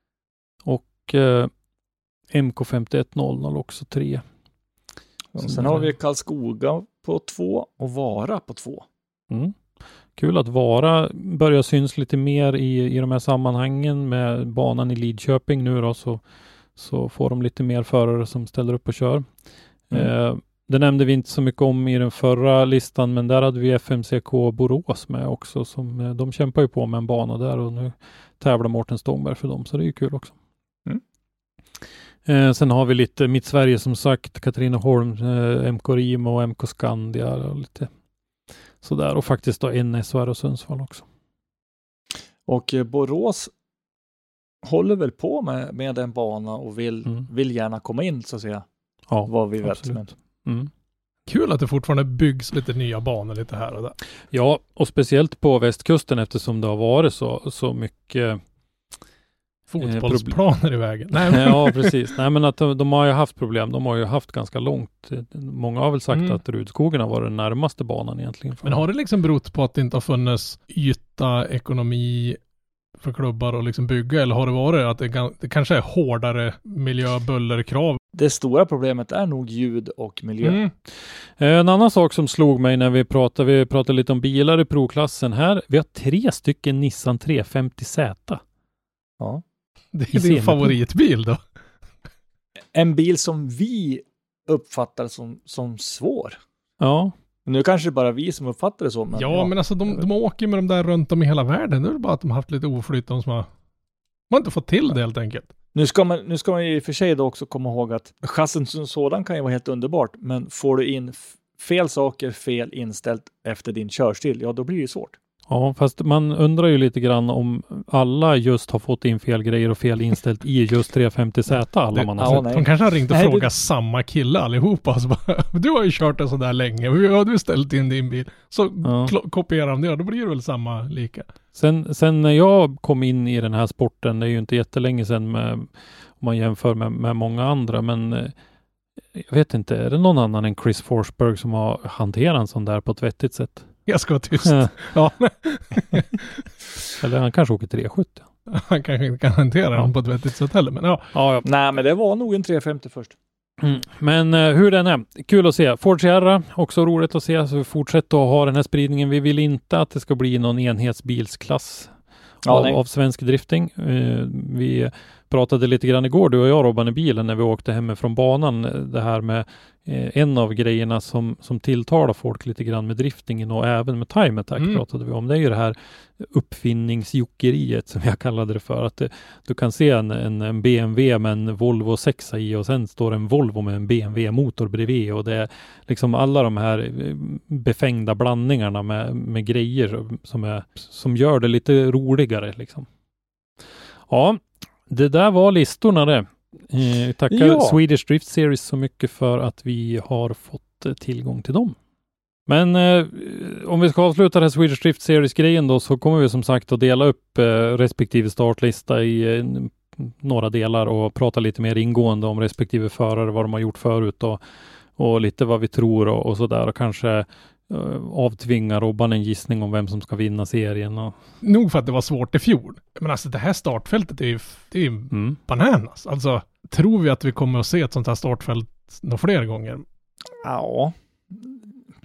Speaker 4: Och eh, M K femtioett noll noll också tre.
Speaker 3: Och sen har vi Karlskoga på två och Vara på två.
Speaker 4: Mm. Kul att Vara börjar syns lite mer i, i de här sammanhangen med banan i Lidköping nu då, så, så får de lite mer förare som ställer upp och kör. Mm. Eh, det nämnde vi inte så mycket om i den förra listan, men där hade vi F M C K Borås med också. Som, de kämpar ju på med en bana där och nu tävlar Mårten Stångberg för dem, så det är ju kul också.
Speaker 3: Mm.
Speaker 4: Eh, sen har vi lite Mitt Sverige som sagt, Katrineholm, eh, M K Rimo och M K Skandia och lite sådär. Och faktiskt då N S och Sundsvall också.
Speaker 3: Och eh, Borås håller väl på med, med en bana och vill, mm. vill gärna komma in, så att säga.
Speaker 4: Ja,
Speaker 3: vad vi
Speaker 4: absolut.
Speaker 3: vet.
Speaker 4: Mm.
Speaker 5: Kul att det fortfarande byggs lite nya banor lite här och där.
Speaker 4: Ja, och speciellt på västkusten eftersom det har varit så, så mycket
Speaker 5: fotbollsplaner eh, i vägen. Nej, men.
Speaker 4: Ja, precis. Nej, men att de, de har ju haft problem. De har ju haft ganska långt. Många har väl sagt mm. att Rudskogen har varit den närmaste banan egentligen.
Speaker 5: Men har det liksom berott på att det inte har funnits yta, ekonomi för klubbar att liksom bygga, eller har det varit att det, det kanske är hårdare miljöbullerkrav?
Speaker 3: Det stora problemet är nog ljud och miljö.
Speaker 4: Mm. En annan sak som slog mig när vi pratade, vi pratade lite om bilar i provklassen här. Vi har tre stycken Nissan tre femtio Z.
Speaker 3: Ja.
Speaker 5: Det är din favoritbil då?
Speaker 3: En bil som vi uppfattar som, som svår.
Speaker 4: Ja.
Speaker 3: Nu kanske det bara vi som uppfattar det så. Men
Speaker 5: ja, ja, men alltså de, de åker med de där runt om i hela världen. Det är bara att de har haft lite oflytt. De som har, de har inte fått till det helt enkelt.
Speaker 3: Nu ska man, nu ska man i och för sig då också komma ihåg att chassin som sådan kan ju vara helt underbart. Men får du in f- fel saker, fel inställt efter din körstil, ja då blir det ju svårt.
Speaker 4: Ja, fast man undrar ju lite grann om alla just har fått in fel grejer och fel inställt i just tre femtio Z alla
Speaker 5: det,
Speaker 4: man har
Speaker 5: ja,
Speaker 4: sett.
Speaker 5: De kanske har ringt och
Speaker 3: nej,
Speaker 5: frågat
Speaker 3: det...
Speaker 5: samma kille allihopa. Så bara, du har ju kört en sån där länge. Hur har du ställt in din bil? Så ja. kl- kopierar de det och då blir det väl samma lika.
Speaker 4: Sen, sen när jag kom in i den här sporten, det är ju inte jättelänge sedan med, om man jämför med, med många andra, men jag vet inte, är det någon annan än Chris Forsberg som har hanterat en sån där på ett vettigt sätt?
Speaker 5: Jag ska vara tyst. Ja.
Speaker 4: Eller han kanske åker tre sjuttio.
Speaker 5: Han kanske inte kan hantera ja. den på ett vettigt sätt heller. Men ja.
Speaker 3: Ja, ja. Nej, men det var nog en tre femtio först.
Speaker 4: Mm. Men uh, hur den är, kul att se. Ford Sierra, också roligt att se. Så vi fortsätter att ha den här spridningen. Vi vill inte att det ska bli någon enhetsbilsklass ja, av, av svensk drifting. Uh, vi pratade lite grann igår, du och jag, Robban, i bilen när vi åkte hemifrån banan. Det här med eh, en av grejerna som, som tilltalar folk lite grann med driftingen och även med time attack mm. pratade vi om. Det är ju det här uppfinningsjockeriet som jag kallade det för. Att det, du kan se en, en, en B M W med en Volvo sex i och sen står en Volvo med en B M W-motor bredvid och det är liksom alla de här befängda blandningarna med, med grejer som, är, som gör det lite roligare liksom. Ja, det där var listorna det. Eh, tackar ja. Swedish Drift Series så mycket för att vi har fått eh, tillgång till dem. Men eh, om vi ska avsluta den här Swedish Drift Series-grejen då, så kommer vi som sagt att dela upp eh, respektive startlista i eh, några delar och prata lite mer ingående om respektive förare, vad de har gjort förut och, och lite vad vi tror och, och sådär och kanske avtvinga Robban en gissning om vem som ska vinna serien. Och...
Speaker 5: Nog för att det var svårt i fjol. Men alltså det här startfältet är ju, det är ju mm. bananas. Alltså tror vi att vi kommer att se ett sånt här startfält några fler gånger?
Speaker 3: Ja.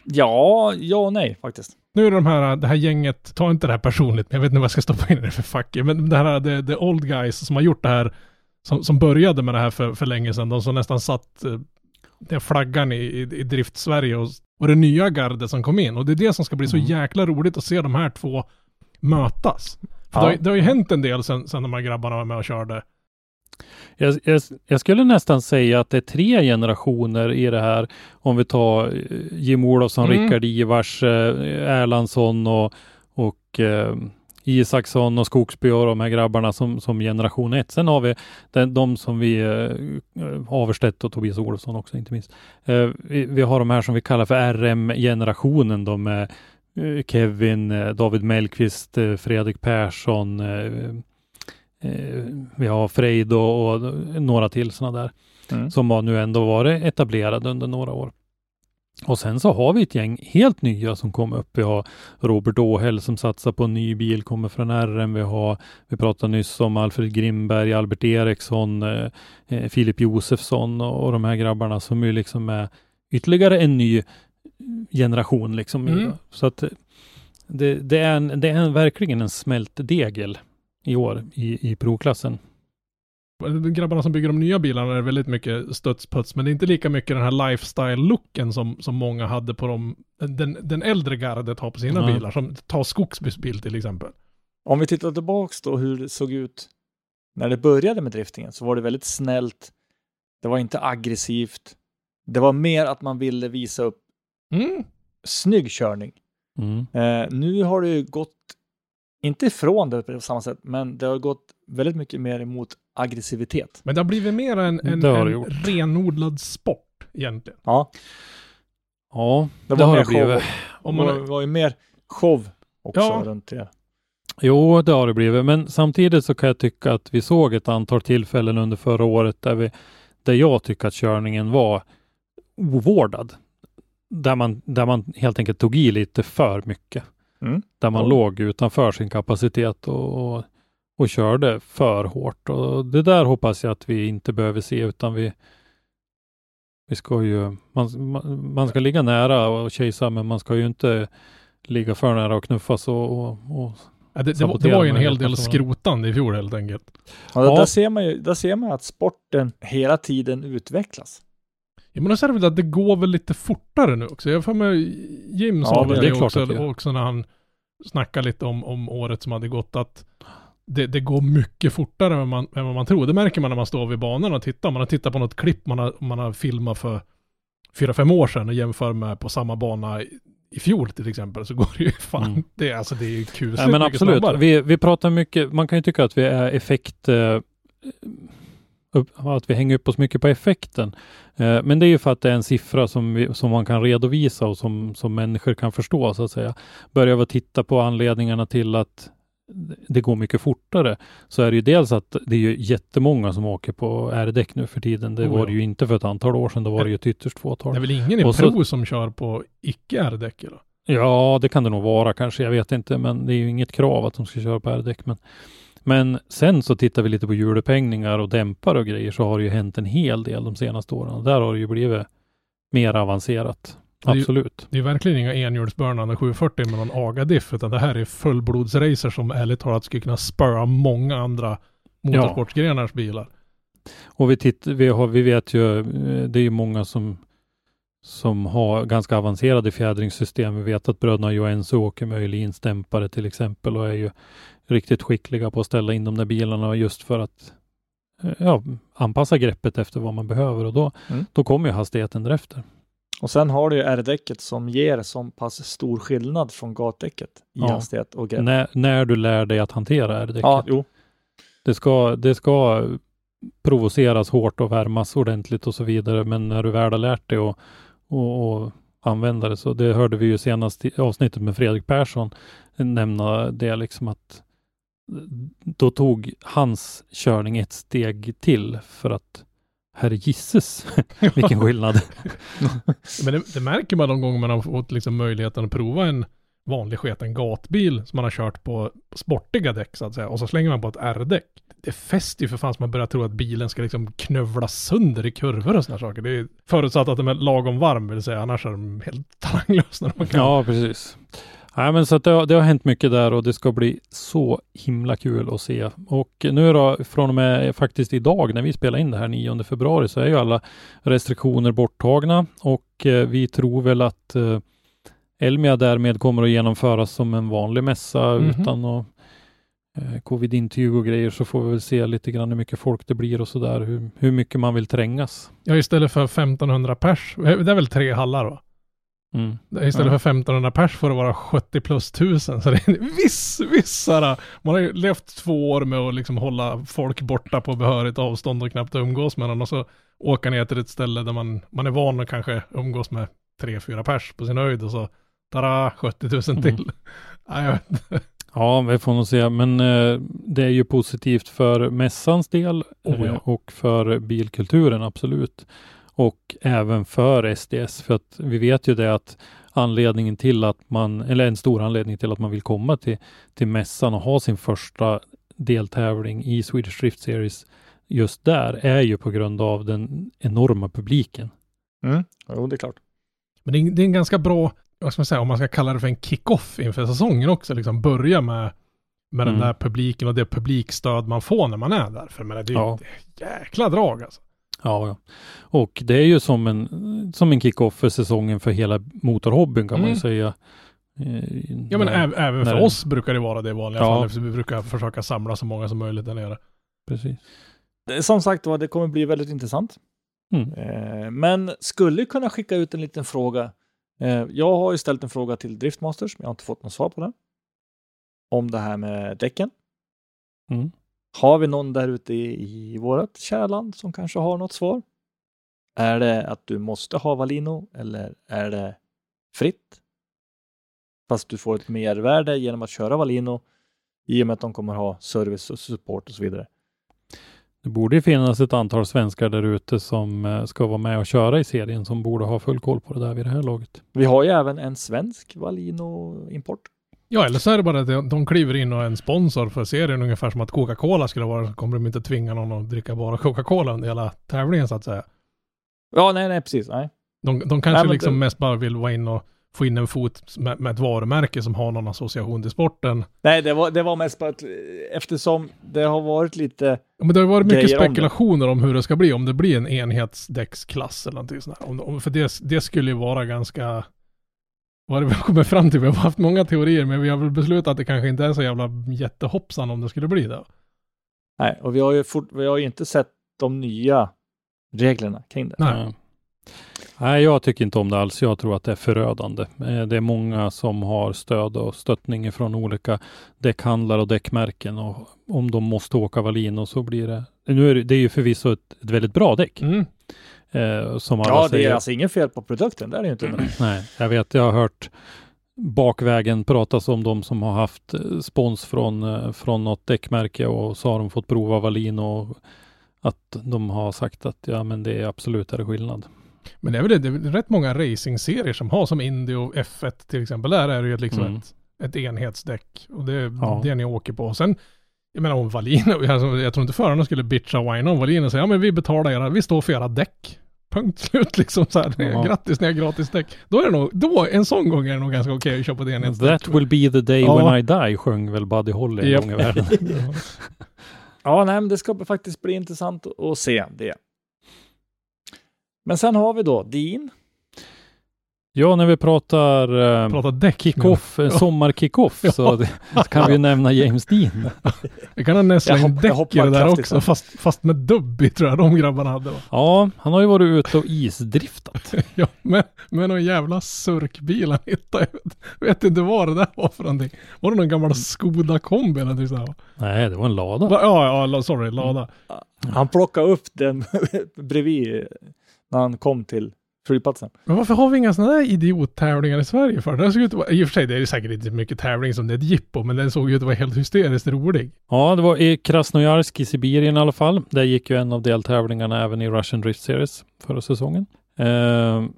Speaker 3: Ja, ja och nej faktiskt.
Speaker 5: Nu är de här, det här gänget, ta inte det här personligt, men jag vet inte vad jag ska stoppa in i det för fuck. Men det här, the, the old guys som har gjort det här, som, som började med det här för, för länge sedan, de som nästan satt uh, den flaggan i, i, i drift Sverige och, och det nya gardet som kom in. Och det är det som ska bli så jäkla roligt att se de här två mötas. För ja. det, det har ju hänt en del sen, sen de här grabbarna var med och körde.
Speaker 4: Jag, jag, jag skulle nästan säga att det är tre generationer i det här. Om vi tar Jim Olofsson, mm. Rickard Ivars, eh, Erlandsson och, och eh, Isaksson och Skogsby och de här grabbarna som, som generation ett. Sen har vi den, de som vi, eh, Averstedt och Tobias Olofsson också inte minst. Eh, vi, vi har de här som vi kallar för R M-generationen. De är eh, Kevin, eh, David Mellqvist, eh, Fredrik Persson, eh, eh, vi har Frejd och, och några till sådana där. Mm. Som har nu ändå varit etablerade under några år. Och sen så har vi ett gäng helt nya som kommer upp. Vi har Robert Åhäll som satsar på en ny bil, kommer från R M. Vi har, vi pratade nyss om Alfred Grimberg, Albert Eriksson, eh, Filip Josefsson och, och de här grabbarna som är liksom är ytterligare en ny generation liksom. Mm. Så att det, det är, en, det är en, verkligen en smält degel i år i, i provklassen.
Speaker 5: Grabbarna som bygger de nya bilarna är väldigt mycket studsputs, men det är inte lika mycket den här lifestyle-looken som, som många hade på de, den, den äldre gardet har på sina mm. bilar, som tar Skogsbys bil till exempel.
Speaker 3: Om vi tittar tillbaks då hur det såg ut när det började med driftingen, så var det väldigt snällt. Det var inte aggressivt. Det var mer att man ville visa upp mm. snygg körning. Mm. Eh, nu har det ju gått, inte ifrån det på samma sätt, men det har gått väldigt mycket mer emot aggressivitet.
Speaker 5: Men det har blivit mer en, en, en renodlad sport egentligen.
Speaker 3: Ja.
Speaker 4: Ja, det, det har det blivit.
Speaker 3: Om man, det var ju mer show också ja. runt det.
Speaker 4: Jo, det har det blivit. Men samtidigt så kan jag tycka att vi såg ett antal tillfällen under förra året där, vi, där jag tycker att körningen var ovårdad. Där man, där man helt enkelt tog i lite för mycket. Mm. Där man ja. låg utanför sin kapacitet och, och, och körde för hårt. Och det där hoppas jag att vi inte behöver se, utan vi vi ska ju man, man ska ligga nära och kejsa, men man ska ju inte ligga för nära och knuffas och, och, och
Speaker 5: ja, det, det, var, det var ju en hel del skrotande i fjol helt enkelt.
Speaker 3: Ja, ja. Där ser man ju där ser man att sporten hela tiden utvecklas.
Speaker 5: Ja, men då ser det väl att det går väl lite fortare nu också. Jag får med Jim sa ja, väl det, det också, det också när han snackar lite om, om året som hade gått, att det, det går mycket fortare än man, än vad man tror. Det märker man när man står vid banan och tittar. Man har tittat på något klipp man har, man har filmat för fyra, fem år sedan och jämför med på samma bana i, i fjol till exempel, så går det ju fan, mm. det, alltså, det är ju kusligt.
Speaker 4: Ja, men absolut, vi, vi pratar mycket, man kan ju tycka att vi är effekt eh, att vi hänger upp oss mycket på effekten. Eh, men det är ju för att det är en siffra som, vi, som man kan redovisa och som, som människor kan förstå, så att säga. Börjar vi titta på anledningarna till att det går mycket fortare, så är det ju dels att det är ju jättemånga som åker på R-däck nu för tiden. Det oh, var det ju inte för ett antal år sedan, då var det ju ett ytterst fåtal.
Speaker 5: Det är väl ingen i och Pro så, som kör på icke-R-däck eller?
Speaker 4: Ja, det kan det nog vara kanske, jag vet inte, men det är ju inget krav att de ska köra på R-däck. Men, men sen så tittar vi lite på hjulupphängningar och dämpar och grejer, så har det ju hänt en hel del de senaste åren. Där har det ju blivit mer avancerat. Det Absolut.
Speaker 5: Är, det är verkligen inga enhjulsburnande sju fyrtio med någon aga-diff, utan det här är fullblodsracer som ärligt talat skulle kunna spöra många andra motorsportsgrenars bilar.
Speaker 4: Och vi, titt, vi, har, vi vet ju, det är ju många som, som har ganska avancerade fjädringssystem. Vi vet att bröderna Johansson åker med Öhlins-dämpare till exempel och är ju riktigt skickliga på att ställa in de där bilarna just för att ja, anpassa greppet efter vad man behöver, och då, mm. då kommer ju hastigheten därefter.
Speaker 3: Och sen har du ju R-däcket som ger så pass stor skillnad från gatdäcket i ja. hastighet och grepp.
Speaker 4: När, när du lär dig att hantera R-däcket.
Speaker 3: Ja, jo.
Speaker 4: Det ska, det ska provoceras hårt och värmas ordentligt och så vidare, men när du väl har lärt dig och, och, och använda det, så det hörde vi ju senast i avsnittet med Fredrik Persson nämna det, liksom att då tog hans körning ett steg till, för att herre gisses, vilken skillnad.
Speaker 5: Men det, det märker man de gånger man har fått liksom möjligheten att prova en vanlig sketen gatbil som man har kört på sportiga däck så att säga. Och så slänger man på ett R-däck. Det fäster ju för fan som man börjar tro att bilen ska liksom knövla sönder i kurvor och sådana saker. Det är förutsatt att de är lagom varm, vill säga. Annars är de helt talanglösa när man kan.
Speaker 4: Ja, precis. Nej, men så att det, har, det har hänt mycket där och det ska bli så himla kul att se. Och nu då, från och med faktiskt idag när vi spelar in det här nionde februari så är ju alla restriktioner borttagna och eh, vi tror väl att eh, Elmia därmed kommer att genomföras som en vanlig mässa mm-hmm. utan att eh, covid-intyg och grejer, så får vi väl se lite grann hur mycket folk det blir och sådär, hur, hur mycket man vill trängas.
Speaker 5: Ja, istället för femtonhundra pers, det är väl tre hallar va?
Speaker 4: Mm.
Speaker 5: Istället
Speaker 4: ja.
Speaker 5: för femtonhundra pers får det vara sjuttio plus tusen. Så det är en viss, vissara. Man har ju levt två år med att liksom hålla folk borta på behörigt avstånd och knappt umgås med dem. Och så åka ner till ett ställe där man, man är van att kanske umgås med tre, fyra pers på sin höjd. Och så tada, sjuttio tusen till. Mm. Ja, jag vet inte.
Speaker 4: Ja, vi får nog se. Men eh, det är ju positivt för mässans del
Speaker 5: oh, ja.
Speaker 4: eh, och för bilkulturen, absolut. Och även för S D S, för att vi vet ju det att anledningen till att man, eller en stor anledning till att man vill komma till, till mässan och ha sin första deltävling i Swedish Drift Series just där är ju på grund av den enorma publiken.
Speaker 3: Mm. Jo, det är klart.
Speaker 5: Men det är, det är en ganska bra, vad ska man säga, om man ska kalla det för en kick-off inför säsongen också, liksom börja med, med mm. den där publiken och det publikstöd man får när man är där. För men det är ju ja. ett jäkla drag alltså.
Speaker 4: Ja, ja, och det är ju som en, som en kick-off för säsongen för hela motorhobbyn kan mm. man ju säga.
Speaker 5: Eh, ja, men när, även för oss brukar det vara det i vanliga ja. fall. För vi brukar försöka samla så många som möjligt där nere.
Speaker 4: Precis.
Speaker 3: Som sagt var, det kommer bli väldigt intressant. Mm. Eh, men skulle kunna skicka ut en liten fråga. Eh, jag har ju ställt en fråga till Driftmasters, men jag har inte fått något svar på den. Om det här med däcken.
Speaker 4: Mm.
Speaker 3: Har vi någon där ute i, i vårt kära land som kanske har något svar? Är det att du måste ha Valino eller är det fritt? Fast du får ett mervärde genom att köra Valino i och med att de kommer ha service och support och så vidare.
Speaker 4: Det borde finnas ett antal svenskar där ute som ska vara med och köra i serien som borde ha full koll på det där vid det här laget.
Speaker 3: Vi har ju även en svensk Valino-import.
Speaker 5: Ja, eller så är det bara att de kliver in och är en sponsor för serien ungefär som att Coca-Cola skulle vara, så kommer de inte tvinga någon att dricka bara Coca-Cola under hela tävlingen så att säga.
Speaker 3: Ja, nej, nej, precis. Nej.
Speaker 5: De, de kanske
Speaker 3: nej,
Speaker 5: liksom
Speaker 3: det...
Speaker 5: mest bara vill vara in och få in en fot med, med ett varumärke som har någon association till sporten.
Speaker 3: Nej, det var, det var mest bara att eftersom det har varit lite
Speaker 5: ja, men det har varit mycket spekulationer om, om hur det ska bli, om det blir en enhetsdäcksklass eller någonting sånt här. Om, om, för det, det skulle ju vara ganska... Vad det vi kommer fram till, vi har haft många teorier men vi har väl beslutat att det kanske inte är så jävla jättehoppsan om det skulle bli det.
Speaker 3: Nej, och vi har ju, fort, vi har ju inte sett de nya reglerna kring det.
Speaker 4: Nej. Nej, jag tycker inte om det alls. Jag tror att det är förödande. Det är många som har stöd och stöttning från olika däckhandlare och däckmärken och om de måste åka Valino så blir det... Nu är det, det är ju förvisso ett, ett väldigt bra däck.
Speaker 5: Mm.
Speaker 3: Eh, som alla ja, det säger. Är alltså ingen fel på produkten, det är det ju inte.
Speaker 4: Mm. Nej, jag vet, jag har hört bakvägen pratas om de som har haft spons från, från något däckmärke och så har de fått prova Valino och att de har sagt att ja, men det är absolut är det skillnad.
Speaker 5: Men det är väl det, det är rätt många racingserier som har som Indy och F ett till exempel. Där är det ju liksom mm. ett, ett enhetsdäck och det är ja. det ni åker på. Och sen, jag menar om Valino, alltså, jag tror inte förarna skulle bitcha och whina om Valino och säga ja men vi betalar era, vi står för era däck. Punkt slut liksom så här. Ja. Grattis, ni har gratis däck. Då är det nog, då en sån gång är det nog ganska okej okay att köpa det enhetsdäck.
Speaker 4: That will be the day ja. when I die, sjöng väl Buddy Holly en gång i världen.
Speaker 3: Ja, nej, men det ska faktiskt bli intressant att se det. Men sen har vi då Dean.
Speaker 4: Ja, när vi pratar, uh,
Speaker 5: pratar däck,
Speaker 4: kick-off, ja. sommar-kick-off ja. så, det, så kan vi ju nämna James Dean.
Speaker 5: Vi kan ha nästan en däck i det där också, fast, fast med dubb tror jag de grabbarna hade. Va?
Speaker 4: Ja, han har ju varit ute och isdriftat.
Speaker 5: ja, men med någon jävla surkbil han hittade. Jag vet, vet inte vad det där var för någonting. Var det någon gammal Skoda kombi eller någonting sådär?
Speaker 4: Nej, det var en lada.
Speaker 5: Ja, ja, sorry, lada.
Speaker 3: Mm. Han plockade upp den bredvid när han kom till flygplatsen.
Speaker 5: Men varför har vi inga sådana där idiottävlingar i Sverige för? Det såg ut att vara, i och för sig det är säkert inte mycket tävling som det är ett jippo, men den såg ut att vara helt hysteriskt rolig.
Speaker 4: Ja, det var i Krasnojarsk i Sibirien i alla fall. Där gick ju en av deltävlingarna även i Russian Drift Series förra säsongen. Eh,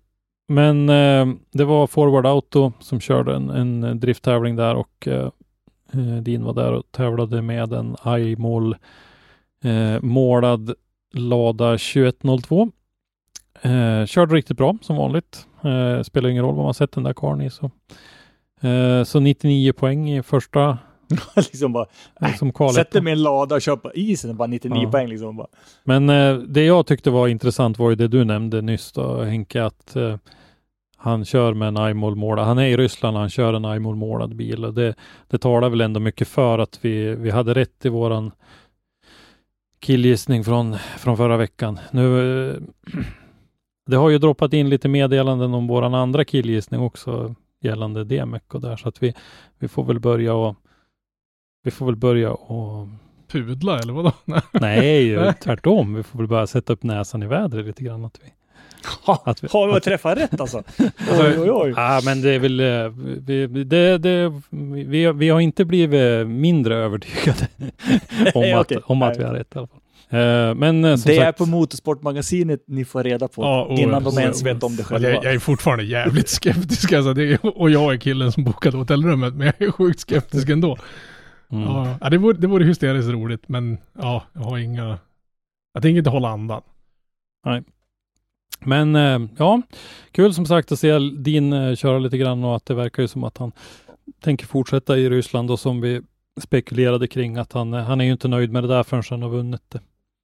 Speaker 4: men eh, det var Forward Auto som körde en, en drifttävling där och eh, Din var där och tävlade med en iMol eh, målad Lada tjugoett noll två. Eh, körde riktigt bra som vanligt. Eh, spelar ingen roll vad man sett den där karn i. Så, eh, så nittionio poäng i första.
Speaker 3: liksom bara,
Speaker 4: som
Speaker 3: sätter mig en lada och kör på isen. Bara nittionio ja. poäng liksom. Bara.
Speaker 4: Men eh, det jag tyckte var intressant var ju det du nämnde nyss då, Henke, att eh, han kör med en iMol-målad. Han är i Ryssland och han kör en iMol-målad bil. Och det, det talar väl ändå mycket för att vi, vi hade rätt i våran killgissning från, från förra veckan. Nu, det har ju droppat in lite meddelanden om våran andra killgissning också gällande D M E C och där. Så att vi, vi får väl börja och vi får väl börja och
Speaker 5: pudla eller vadå?
Speaker 4: Nej, tvärtom. Vi får väl bara sätta upp näsan i vädret lite grann. Att vi,
Speaker 3: ha, att vi, har vi att träffat rätt alltså?
Speaker 4: oj, oj, oj. Ja, men det är väl vi, det, det, vi, vi har inte blivit mindre övertygade om,
Speaker 3: Nej,
Speaker 4: att,
Speaker 3: okay.
Speaker 4: om att vi har rätt i alla fall. Uh, men, uh, som
Speaker 3: det
Speaker 4: sagt,
Speaker 3: är på Motorsportmagasinet ni får reda på
Speaker 5: ja, och,
Speaker 3: innan de
Speaker 5: och,
Speaker 3: ens
Speaker 5: och,
Speaker 3: vet om det själva.
Speaker 5: Jag, jag är fortfarande jävligt skeptisk alltså, det är, och jag är killen som bokade hotellrummet, men jag är sjukt skeptisk ändå. Mm. Ja, det vore, det vore hysteriskt roligt, men ja, jag har inga, jag tänker inte hålla andan.
Speaker 4: Nej. Men uh, ja, kul som sagt att se din uh, köra lite grann, och att det verkar ju som att han tänker fortsätta i Ryssland, och som vi spekulerade kring att han, han är ju inte nöjd med det där förrän han har vunnit det.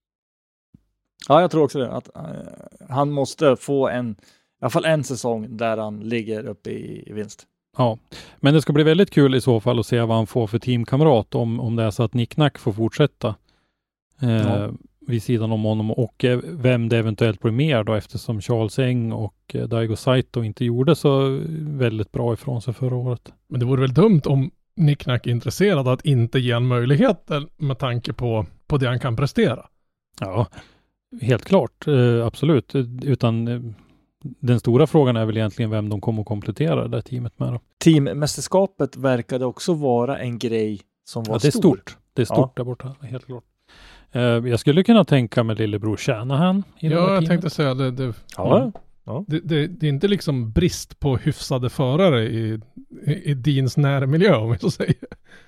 Speaker 3: Ja, jag tror också det. Att, uh, han måste få en, i alla fall en säsong där han ligger uppe i, i vinst.
Speaker 4: Ja, men det ska bli väldigt kul i så fall att se vad han får för teamkamrat, om, om det är så att Nick Nack får fortsätta eh, ja. vid sidan om honom, och eh, vem det eventuellt blir mer då, eftersom Charles Eng och eh, Daigo Saito inte gjorde så väldigt bra ifrån sig förra året.
Speaker 5: Men det vore väl dumt om Nick Nack är intresserad att inte ge en möjlighet med tanke på, på det han kan prestera.
Speaker 4: Ja, helt klart. Eh, absolut. Utan eh, den stora frågan är väl egentligen vem de kommer att komplettera det teamet med då.
Speaker 3: Teammästerskapet verkade också vara en grej som var
Speaker 4: ja, det är
Speaker 3: stor.
Speaker 4: stort. Det är stort ja. där borta, helt klart. Eh, jag skulle kunna tänka med lillebror Shanahan. I
Speaker 5: ja, jag
Speaker 4: teamet.
Speaker 5: tänkte säga det. det
Speaker 3: ja. Ja.
Speaker 5: Det, det, det är inte liksom brist på hyfsade förare i, i, i Dins närmiljö, om jag så säger.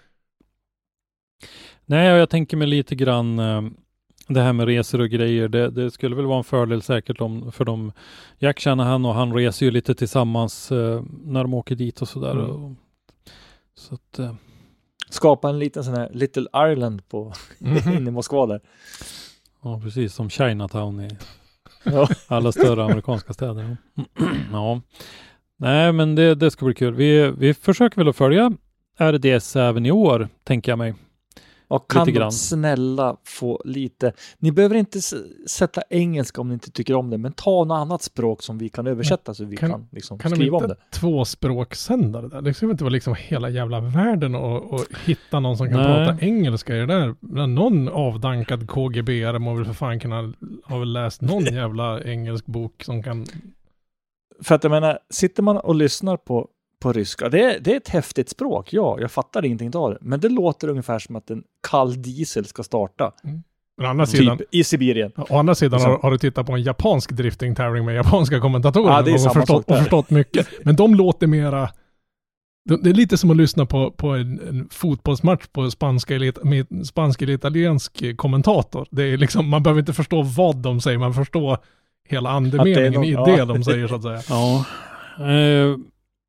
Speaker 4: Nej, jag tänker mig lite grann eh, det här med resor och grejer. Det, det skulle väl vara en fördel säkert om, för dem. Jack Shanahan och han reser ju lite tillsammans eh, när de åker dit och sådär. Mm. Och, så att, eh.
Speaker 3: skapa en liten sån här Little Ireland på mm-hmm. inne i Moskva där.
Speaker 4: Ja, precis som Chinatown i ja. alla större amerikanska städer. Ja. Nej, men det, det ska bli kul. Vi, vi försöker väl att följa R D S även i år, tänker jag mig.
Speaker 3: Och kan de snälla få lite... Ni behöver inte s- sätta engelska om ni inte tycker om det, men ta något annat språk som vi kan översätta, så vi kan, kan liksom
Speaker 5: kan
Speaker 3: skriva
Speaker 5: de
Speaker 3: om det.
Speaker 5: Tvåspråksändare där? Det ska inte vara liksom hela jävla världen och, och hitta någon som kan
Speaker 4: Nej.
Speaker 5: prata engelska i det där. Men någon avdankad K G B-are må väl för fan kunna ha väl läst någon jävla engelsk bok som kan...
Speaker 3: För att jag menar, sitter man och lyssnar på på ryska. Det är, det är ett häftigt språk, ja. Jag fattar ingenting av det. Men det låter ungefär som att en kall diesel ska starta.
Speaker 5: Mm. Å andra sidan,
Speaker 3: typ i Sibirien.
Speaker 5: Å andra sidan har, har du tittat på en japansk drifting-tävling med japanska kommentatorer.
Speaker 3: Ja, det är
Speaker 5: och, förstått, och förstått mycket. Men de låter mera... Det är lite som att lyssna på, på en, en fotbollsmatch på spanska eller, med spansk eller italiensk kommentator. Det är liksom, man behöver inte förstå vad de säger. Man förstår hela andemeningen någon, i det ja. de säger, så att säga.
Speaker 4: Ja. Uh...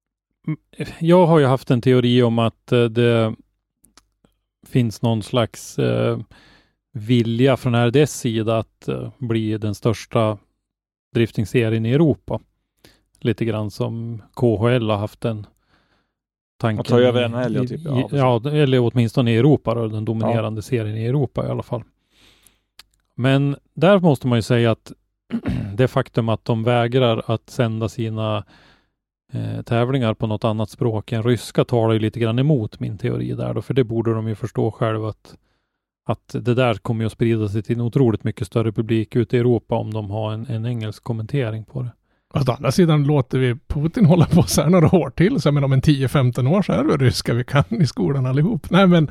Speaker 4: Jag har ju haft en teori om att eh, det finns någon slags eh, vilja från R D S sida att eh, bli den största driftingserien i Europa. Lite grann som K H L har haft en tanke.
Speaker 3: Att ta över en helg, typ.
Speaker 4: Ja, ja, eller åtminstone i Europa då, den dominerande ja. serien i Europa i alla fall. Men där måste man ju säga att det faktum att de vägrar att sända sina Eh, tävlingar på något annat språk än ryska talar ju lite grann emot min teori där då, för det borde de ju förstå själva att, att det där kommer ju att sprida sig till en otroligt mycket större publik ute i Europa om de har en, en engelsk kommentering på det.
Speaker 5: Å andra sidan låter vi Putin hålla på så här några år till, så jag menar om en tio femton år så är det ryska vi kan i skolan allihop. Nej men...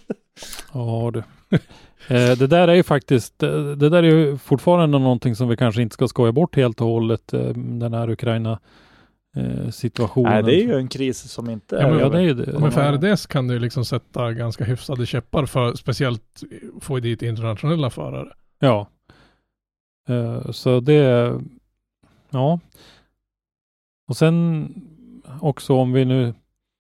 Speaker 4: ja du. Eh, det där är ju faktiskt, det där är ju fortfarande någonting som vi kanske inte ska skoja bort helt och hållet, eh, den här Ukraina eh, situationen.
Speaker 3: Nej, det är ju en kris som inte
Speaker 5: ja, men,
Speaker 3: är
Speaker 4: ja, det är ju det.
Speaker 5: Men för R D S kan du liksom sätta ganska hyfsade käppar för speciellt få dit internationella förare.
Speaker 4: Ja. Uh, så det, ja. Och sen också om vi nu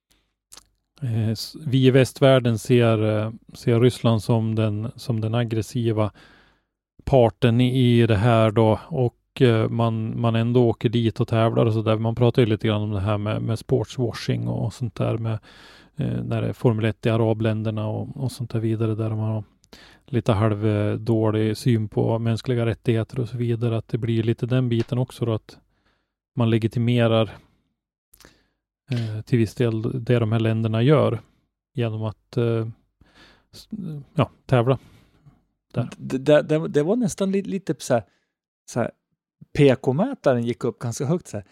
Speaker 4: eh, vi i västvärlden ser, eh, ser Ryssland som den, som den aggressiva parten i, i det här då, och eh, man, man ändå åker dit och tävlar och så där. Man pratar ju lite grann om det här med, med sportswashing och sånt där med eh, när det är Formel ett i arabländerna och, och sånt där vidare, där de har lite halvdålig syn på mänskliga rättigheter och så vidare, att det blir lite den biten också då, att man legitimerar eh, till viss del det de här länderna gör genom att eh, ja, tävla där.
Speaker 3: Det, det, det, det var nästan lite, lite så här, så här P K-mätaren gick upp ganska högt så här.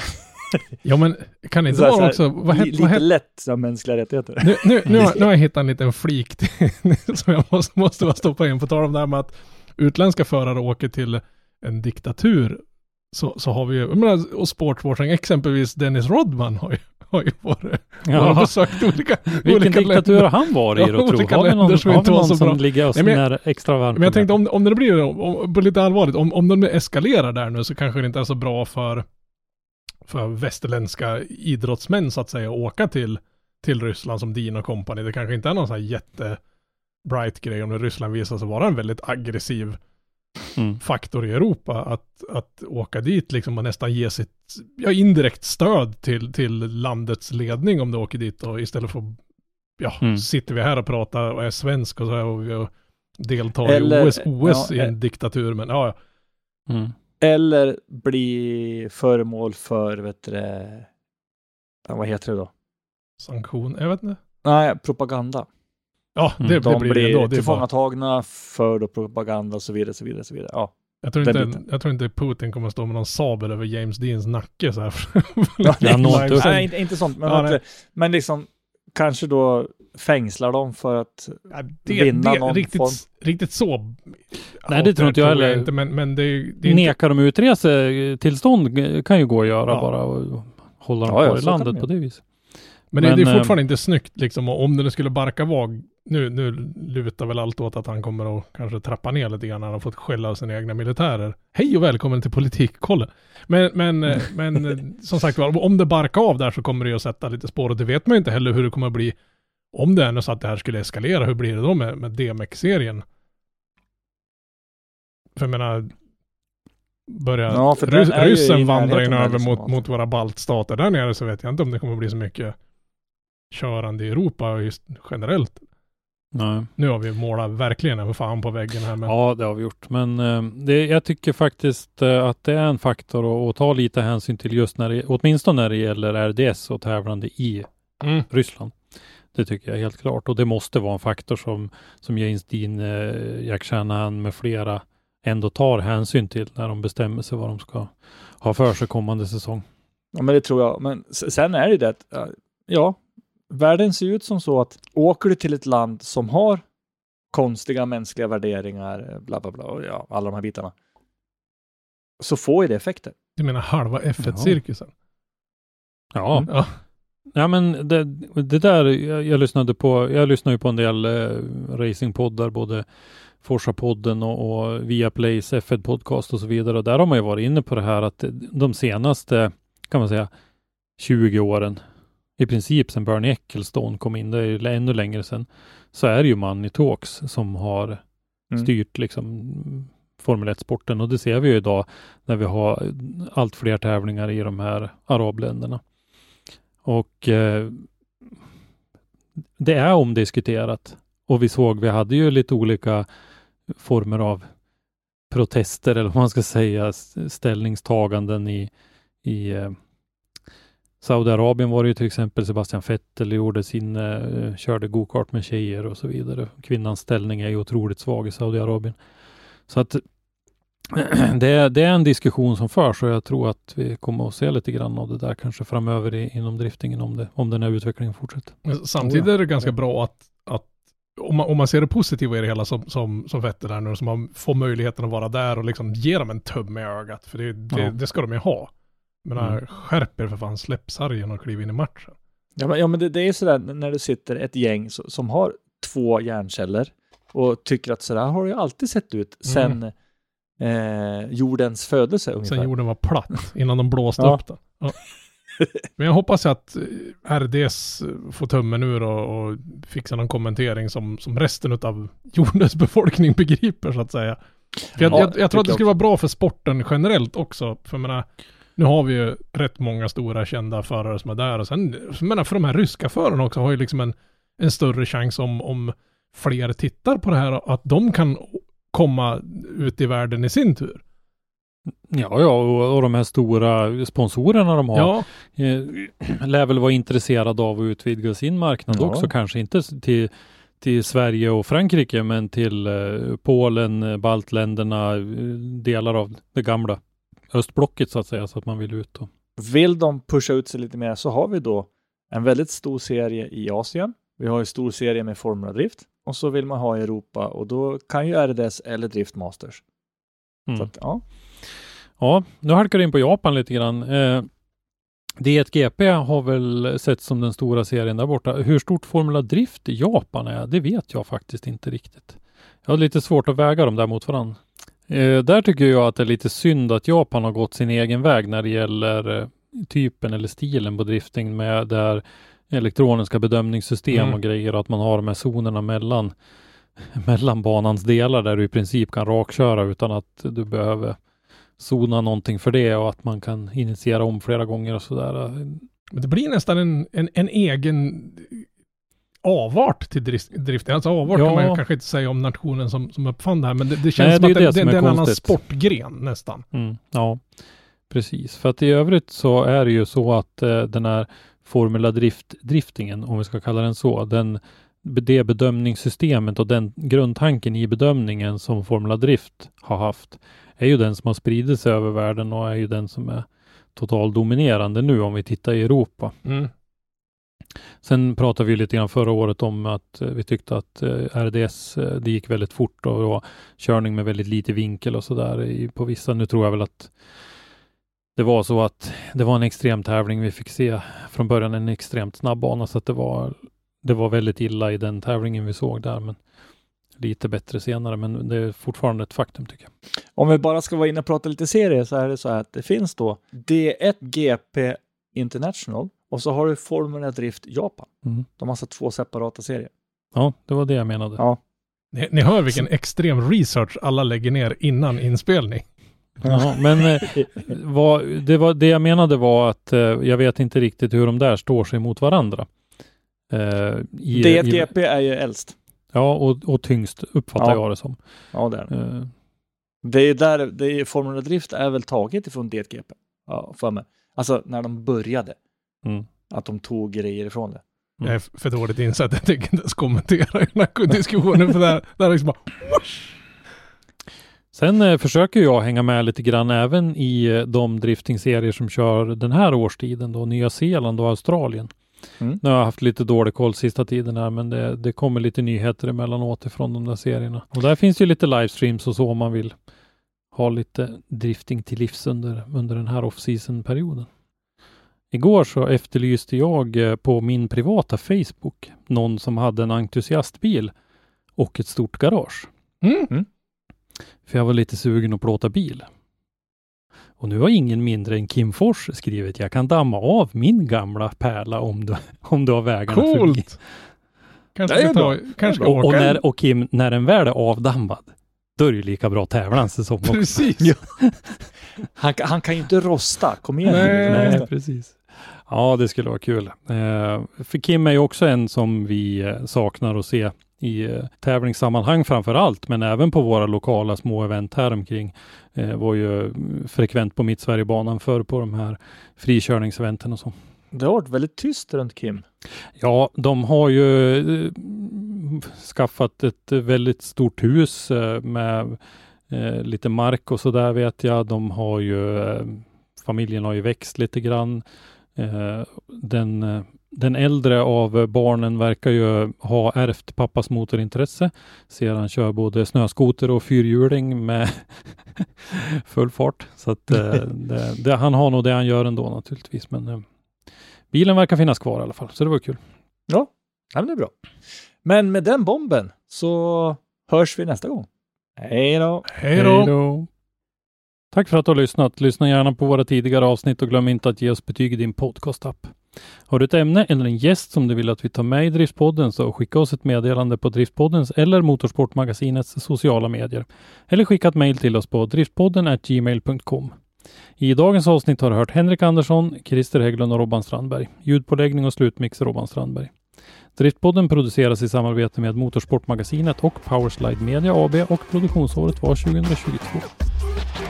Speaker 5: Ja, men kan det inte
Speaker 3: så här,
Speaker 5: vara
Speaker 3: här,
Speaker 5: också vad het,
Speaker 3: lite
Speaker 5: vad het,
Speaker 3: lätt så mänskliga rättigheter.
Speaker 5: Nu, nu, nu, har, nu har jag hittat en liten flik till, som jag måste, måste bara stoppa in på tal om det här med att utländska förare åker till en diktatur, så, så har vi ju, jag menar, och sportwashing, exempelvis Dennis Rodman har ju, har ju varit,
Speaker 4: Ja.
Speaker 5: har besökt olika,
Speaker 4: Vilken
Speaker 5: olika
Speaker 4: diktatur
Speaker 5: länder.
Speaker 4: har han varit i
Speaker 5: Ja,
Speaker 4: då, tror
Speaker 5: olika
Speaker 4: Har vi någon,
Speaker 5: länder som
Speaker 4: har vi
Speaker 5: inte var
Speaker 4: någon
Speaker 5: så
Speaker 4: som
Speaker 5: bra.
Speaker 4: ligger oss
Speaker 5: Nej, men jag-
Speaker 4: när extra varmt?
Speaker 5: Men jag tänkte om, om det blir, om, på lite allvarligt, om, om de eskalerar där nu så kanske det inte är så bra för för västerländska idrottsmän så att säga att åka till, till Ryssland som Dino Company. Det kanske inte är någon sån här jätte bright grej om Ryssland visar sig vara en väldigt aggressiv
Speaker 4: Mm.
Speaker 5: faktor i Europa, att, att åka dit liksom och nästan ge sitt ja, indirekt stöd till, till landets ledning om du åker dit och istället för ja,
Speaker 4: Mm.
Speaker 5: sitter vi här och pratar och är svensk och så här och vi deltar
Speaker 3: Eller-
Speaker 5: i O S, O S
Speaker 3: ja,
Speaker 5: i en
Speaker 3: eh.
Speaker 5: diktatur, men ja, ja.
Speaker 4: Mm.
Speaker 3: Eller bli föremål för, vet du det, ja, vad heter det då?
Speaker 5: Sanktion, jag vet inte.
Speaker 3: Nej, propaganda.
Speaker 5: Ja, det,
Speaker 4: Mm.
Speaker 5: det
Speaker 3: De
Speaker 5: blir
Speaker 3: blir
Speaker 5: det då. Det är bara,
Speaker 3: tillfångatagna för då propaganda och så vidare, så vidare, så vidare. Ja.
Speaker 5: jag, tror
Speaker 3: den
Speaker 5: inte,
Speaker 3: biten.
Speaker 5: jag tror inte Putin kommer stå med någon sabel över James Deans nacke så här.
Speaker 3: Ja,
Speaker 4: Ja, något
Speaker 5: Nej,
Speaker 4: upp.
Speaker 3: nej, inte, inte sånt. Men,
Speaker 5: Ja,
Speaker 3: vet
Speaker 5: nej.
Speaker 3: du, men liksom kanske då fängslar dem för att
Speaker 5: Ja, det,
Speaker 3: vinna
Speaker 5: det,
Speaker 3: någon
Speaker 5: riktigt,
Speaker 3: form.
Speaker 5: riktigt så.
Speaker 4: Nej, det tror inte jag heller.
Speaker 5: Inte, men, men det, är- det är inte,
Speaker 4: Nekar de utresetillstånd kan ju gå att göra
Speaker 5: Ja.
Speaker 4: bara och hålla dem
Speaker 3: Ja, ja,
Speaker 4: kvar i
Speaker 3: så kan
Speaker 4: landet
Speaker 3: de
Speaker 4: på det viset.
Speaker 5: men det, det är
Speaker 4: men,
Speaker 5: fortfarande inte snyggt liksom. Och om det skulle barka vag, nu, nu lutar väl allt åt att han kommer att kanske trappa ner lite grann när han har fått skälla av sina egna militärer. Hej och välkommen till Politikkollen. Men, men, eh, men eh, som sagt var, om det barkar av där så kommer det ju att sätta lite spår, och det vet man ju inte heller hur det kommer att bli om det är nu så att det här skulle eskalera. Hur blir det då med, med D M X-serien? För jag menar, börjar
Speaker 3: Ja, för den
Speaker 5: Rys-
Speaker 3: är ju i
Speaker 5: ryssen vandra in
Speaker 3: närheten där
Speaker 5: över
Speaker 3: liksom,
Speaker 5: mot,
Speaker 3: alltså.
Speaker 5: mot våra baltstater där nere, så vet jag inte om det kommer att bli så mycket körande i Europa just generellt.
Speaker 4: Nej.
Speaker 5: Nu har vi målat verkligen en fan på väggen här med.
Speaker 4: Ja, det har vi gjort. Men eh, det, jag tycker faktiskt eh, att det är en faktor att, att ta lite hänsyn till, just när det, åtminstone när det gäller R D S och tävlande i
Speaker 5: Mm.
Speaker 4: Ryssland. Det tycker jag är helt klart. Och det måste vara en faktor som, som James Dean, eh, Jack Shanahan med flera ändå tar hänsyn till när de bestämmer sig vad de ska ha för sig kommande säsong.
Speaker 3: Ja, men det tror jag. Men s- sen är det det att, äh, ja, världen ser ut som så att åker du till ett land som har konstiga mänskliga värderingar, bla bla bla, och ja, alla de här bitarna, så får ju det effekter.
Speaker 5: Du menar halva F ett-cirkusen?
Speaker 4: Ja,
Speaker 3: Mm.
Speaker 5: Ja.
Speaker 4: ja men det, det där, jag, jag lyssnade på, jag lyssnar ju på en del eh, racingpoddar, både Forsa-podden och, och Viaplays F ett-podcast och så vidare. Och där har man ju varit inne på det här att de senaste, kan man säga, tjugo åren, i princip sedan Bernie Ecclestone kom in, det är ju ännu längre sedan, så är det ju Money Talks som har
Speaker 3: Mm.
Speaker 4: styrt liksom Formel ett-sporten, och det ser vi ju idag när vi har allt fler tävlingar i de här arabländerna. Och eh, det är omdiskuterat. Och vi såg, vi hade ju lite olika former av protester, eller vad man ska säga, ställningstaganden i, i eh, Saudiarabien var det ju till exempel Sebastian Vettel gjorde sin, eh, körde go-kart med tjejer och så vidare. Kvinnans ställning är ju otroligt svag i Saudiarabien. Så att det är, det är en diskussion som förs, och jag tror att vi kommer att se lite grann av det där kanske framöver i, inom driftingen om, det, om den här utvecklingen fortsätter.
Speaker 5: Men samtidigt är det ganska bra att, att om, man, om man ser det positiva i det hela som, som, som Vettel där nu, som man får möjligheten att vara där och liksom ge dem en tumme i ögat, för det, det,
Speaker 4: Ja.
Speaker 5: det ska de ju ha. Men mm. skärper för fan, släpp sargen och kliv in i matchen.
Speaker 3: Ja, men, ja, men det, det är ju sådär när du sitter ett gäng så, som har två hjärnceller och tycker att sådär har det ju alltid sett ut sen mm. eh, jordens födelse ungefär.
Speaker 5: Sen jorden var platt innan de blåste
Speaker 3: ja.
Speaker 5: upp den. Ja. Men jag hoppas att R D S får tummen ur och, och fixar någon kommentering som, som resten av jordens befolkning begriper så att säga. För jag, ja, jag, jag tror att det skulle vara bra för sporten generellt också. För jag menar, nu har vi ju rätt många stora kända förare som är där. Och sen, jag menar, för de här ryska förarna också har ju liksom en, en större chans om, om fler tittar på det här. Att de kan komma ut i världen i sin tur.
Speaker 4: Ja, ja och, och de här stora sponsorerna de har
Speaker 5: ja.
Speaker 4: eh, lär väl vara intresserade av att utvidga sin marknad ja. också. Kanske inte till, till Sverige och Frankrike, men till eh, Polen, baltländerna, delar av det gamla östblocket så att säga, så att man vill ut. Och...
Speaker 3: Vill de pusha ut sig lite mer så har vi då en väldigt stor serie i Asien. Vi har en stor serie med Formula Drift och så vill man ha i Europa och då kan ju R D S eller Drift Masters.
Speaker 4: Mm.
Speaker 3: Så att, ja.
Speaker 4: Ja, nu halkar det in på Japan lite grann. Eh, D ett G P har väl sett som den stora serien där borta. Hur stort Formula Drift i Japan är, det vet jag faktiskt inte riktigt. Jag har lite svårt att väga dem där mot varandra. Eh, där tycker jag att det är lite synd att Japan har gått sin egen väg när det gäller eh, typen eller stilen på drifting med där elektroniska bedömningssystem mm. och grejer, att man har de här zonerna mellan, mellan banans delar där du i princip kan rakköra utan att du behöver zona någonting för det och att man kan initiera om flera gånger och sådär.
Speaker 5: Men det blir nästan en, en, en egen avart till driften. Alltså avart ja. kan man ju kanske inte säga om nationen som, som uppfann det här, men det, det känns Nej, som det att det, det, det är en annan sportgren nästan.
Speaker 4: Mm, ja, precis. För att i övrigt så är det ju så att eh, den här Formula Drift, driftingen, om vi ska kalla den så, den, det bedömningssystemet och den grundtanken i bedömningen som Formula Drift har haft är ju den som har spridit sig över världen och är ju den som är total dominerande nu om vi tittar i Europa.
Speaker 5: Mm.
Speaker 4: Sen pratade vi lite grann förra året om att vi tyckte att R D S, det gick väldigt fort och det var körning med väldigt lite vinkel och sådär på vissa. Nu tror jag väl att det var så att det var en extrem tävling. Vi fick se från början en extremt snabb bana så att det var, det var väldigt illa i den tävlingen vi såg där, men lite bättre senare, men det är fortfarande ett faktum tycker jag.
Speaker 3: Om vi bara ska vara inne och prata lite serie så är det så här att det finns då D ett G P International och så har du Formula Drift Japan.
Speaker 4: Mm.
Speaker 3: De har alltså två separata serier.
Speaker 4: Ja, det var det jag menade.
Speaker 3: Ja.
Speaker 5: Ni, ni hör vilken så. extrem research alla lägger ner innan inspelning.
Speaker 4: Ja, men eh, vad, det, var, det jag menade var att eh, jag vet inte riktigt hur de där står sig mot varandra. Eh, i,
Speaker 3: D ett G P är ju äldst.
Speaker 4: Ja, och, och tyngst uppfattar
Speaker 3: ja.
Speaker 4: jag det som.
Speaker 3: Ja, det är det.
Speaker 4: Uh.
Speaker 3: Det är där, det är, Formula Drift är väl taget ifrån D ett G P. Ja, för mig. Alltså när de började.
Speaker 4: Mm.
Speaker 3: Att de tog grejer ifrån det.
Speaker 5: Mm. Jag är för dåligt insatt. Jag tänker inte ens kommentera den här diskussionen. För där, där är liksom bara...
Speaker 4: Sen eh, försöker jag hänga med lite grann även i eh, de driftingserier som kör den här årstiden då. Nya Zeeland och Australien.
Speaker 3: Mm.
Speaker 4: Nu har jag haft lite dålig koll sista tiden här, men det, det kommer lite nyheter emellanåt ifrån de där serierna. Och där finns ju lite livestreams och så om man vill ha lite drifting till livs under, under den här off-season-perioden. Igår så efterlyste jag på min privata Facebook någon som hade en entusiastbil och ett stort garage.
Speaker 5: Mm. Mm.
Speaker 4: För jag var lite sugen att plåta bil. Och nu har ingen mindre än Kim Fors skrivit: jag kan damma av min gamla pärla om du, om du har vägarna
Speaker 5: Coolt.
Speaker 4: förbi.
Speaker 5: Kanske ska ta, kanske
Speaker 4: och, och, när, och Kim, när den väl är avdammad, då är det ju lika bra tävlans som också.
Speaker 5: Precis.
Speaker 3: Ja. han, han kan ju inte rosta. Kom igen.
Speaker 4: Nej, Nej precis. Ja, det skulle vara kul. Eh, för Kim är ju också en som vi eh, saknar att se i eh, tävlingssammanhang framför allt, men även på våra lokala små event här omkring. Eh, var ju frekvent på Mittsverigebanan för på de här frikörningseventen och så.
Speaker 3: Det har varit väldigt tyst runt Kim.
Speaker 4: Ja, de har ju eh, skaffat ett väldigt stort hus eh, med eh, lite mark och så där vet jag. De har ju, eh, familjen har ju växt lite grann. Eh, den eh, den äldre av barnen verkar ju ha ärvt pappas motorintresse. Ser han kör både snöskoter och fyrhjuling med full fart. Så att eh, det, det, han har nog det han gör ändå naturligtvis. Men eh, bilen verkar finnas kvar i alla fall. Så det var kul.
Speaker 3: Ja, ja men det är bra. Men med den bomben så hörs vi nästa gång. Hej då!
Speaker 5: Hej då!
Speaker 4: Tack för att du har lyssnat. Lyssna gärna på våra tidigare avsnitt och glöm inte att ge oss betyg i din podcast-app. Har du ett ämne eller en gäst som du vill att vi tar med i Driftspodden, så skicka oss ett meddelande på Driftpoddens eller Motorsportmagasinets sociala medier. Eller skicka ett mejl till oss på driftpodden at gmail dot com. I dagens avsnitt har du hört Henrik Andersson, Christer Hägglund och Robban Strandberg. Ljudpåläggning och slutmix Robban Strandberg. Driftpodden produceras i samarbete med Motorsportmagasinet och Powerslide Media A B och produktionsåret var tjugohundratjugotvå.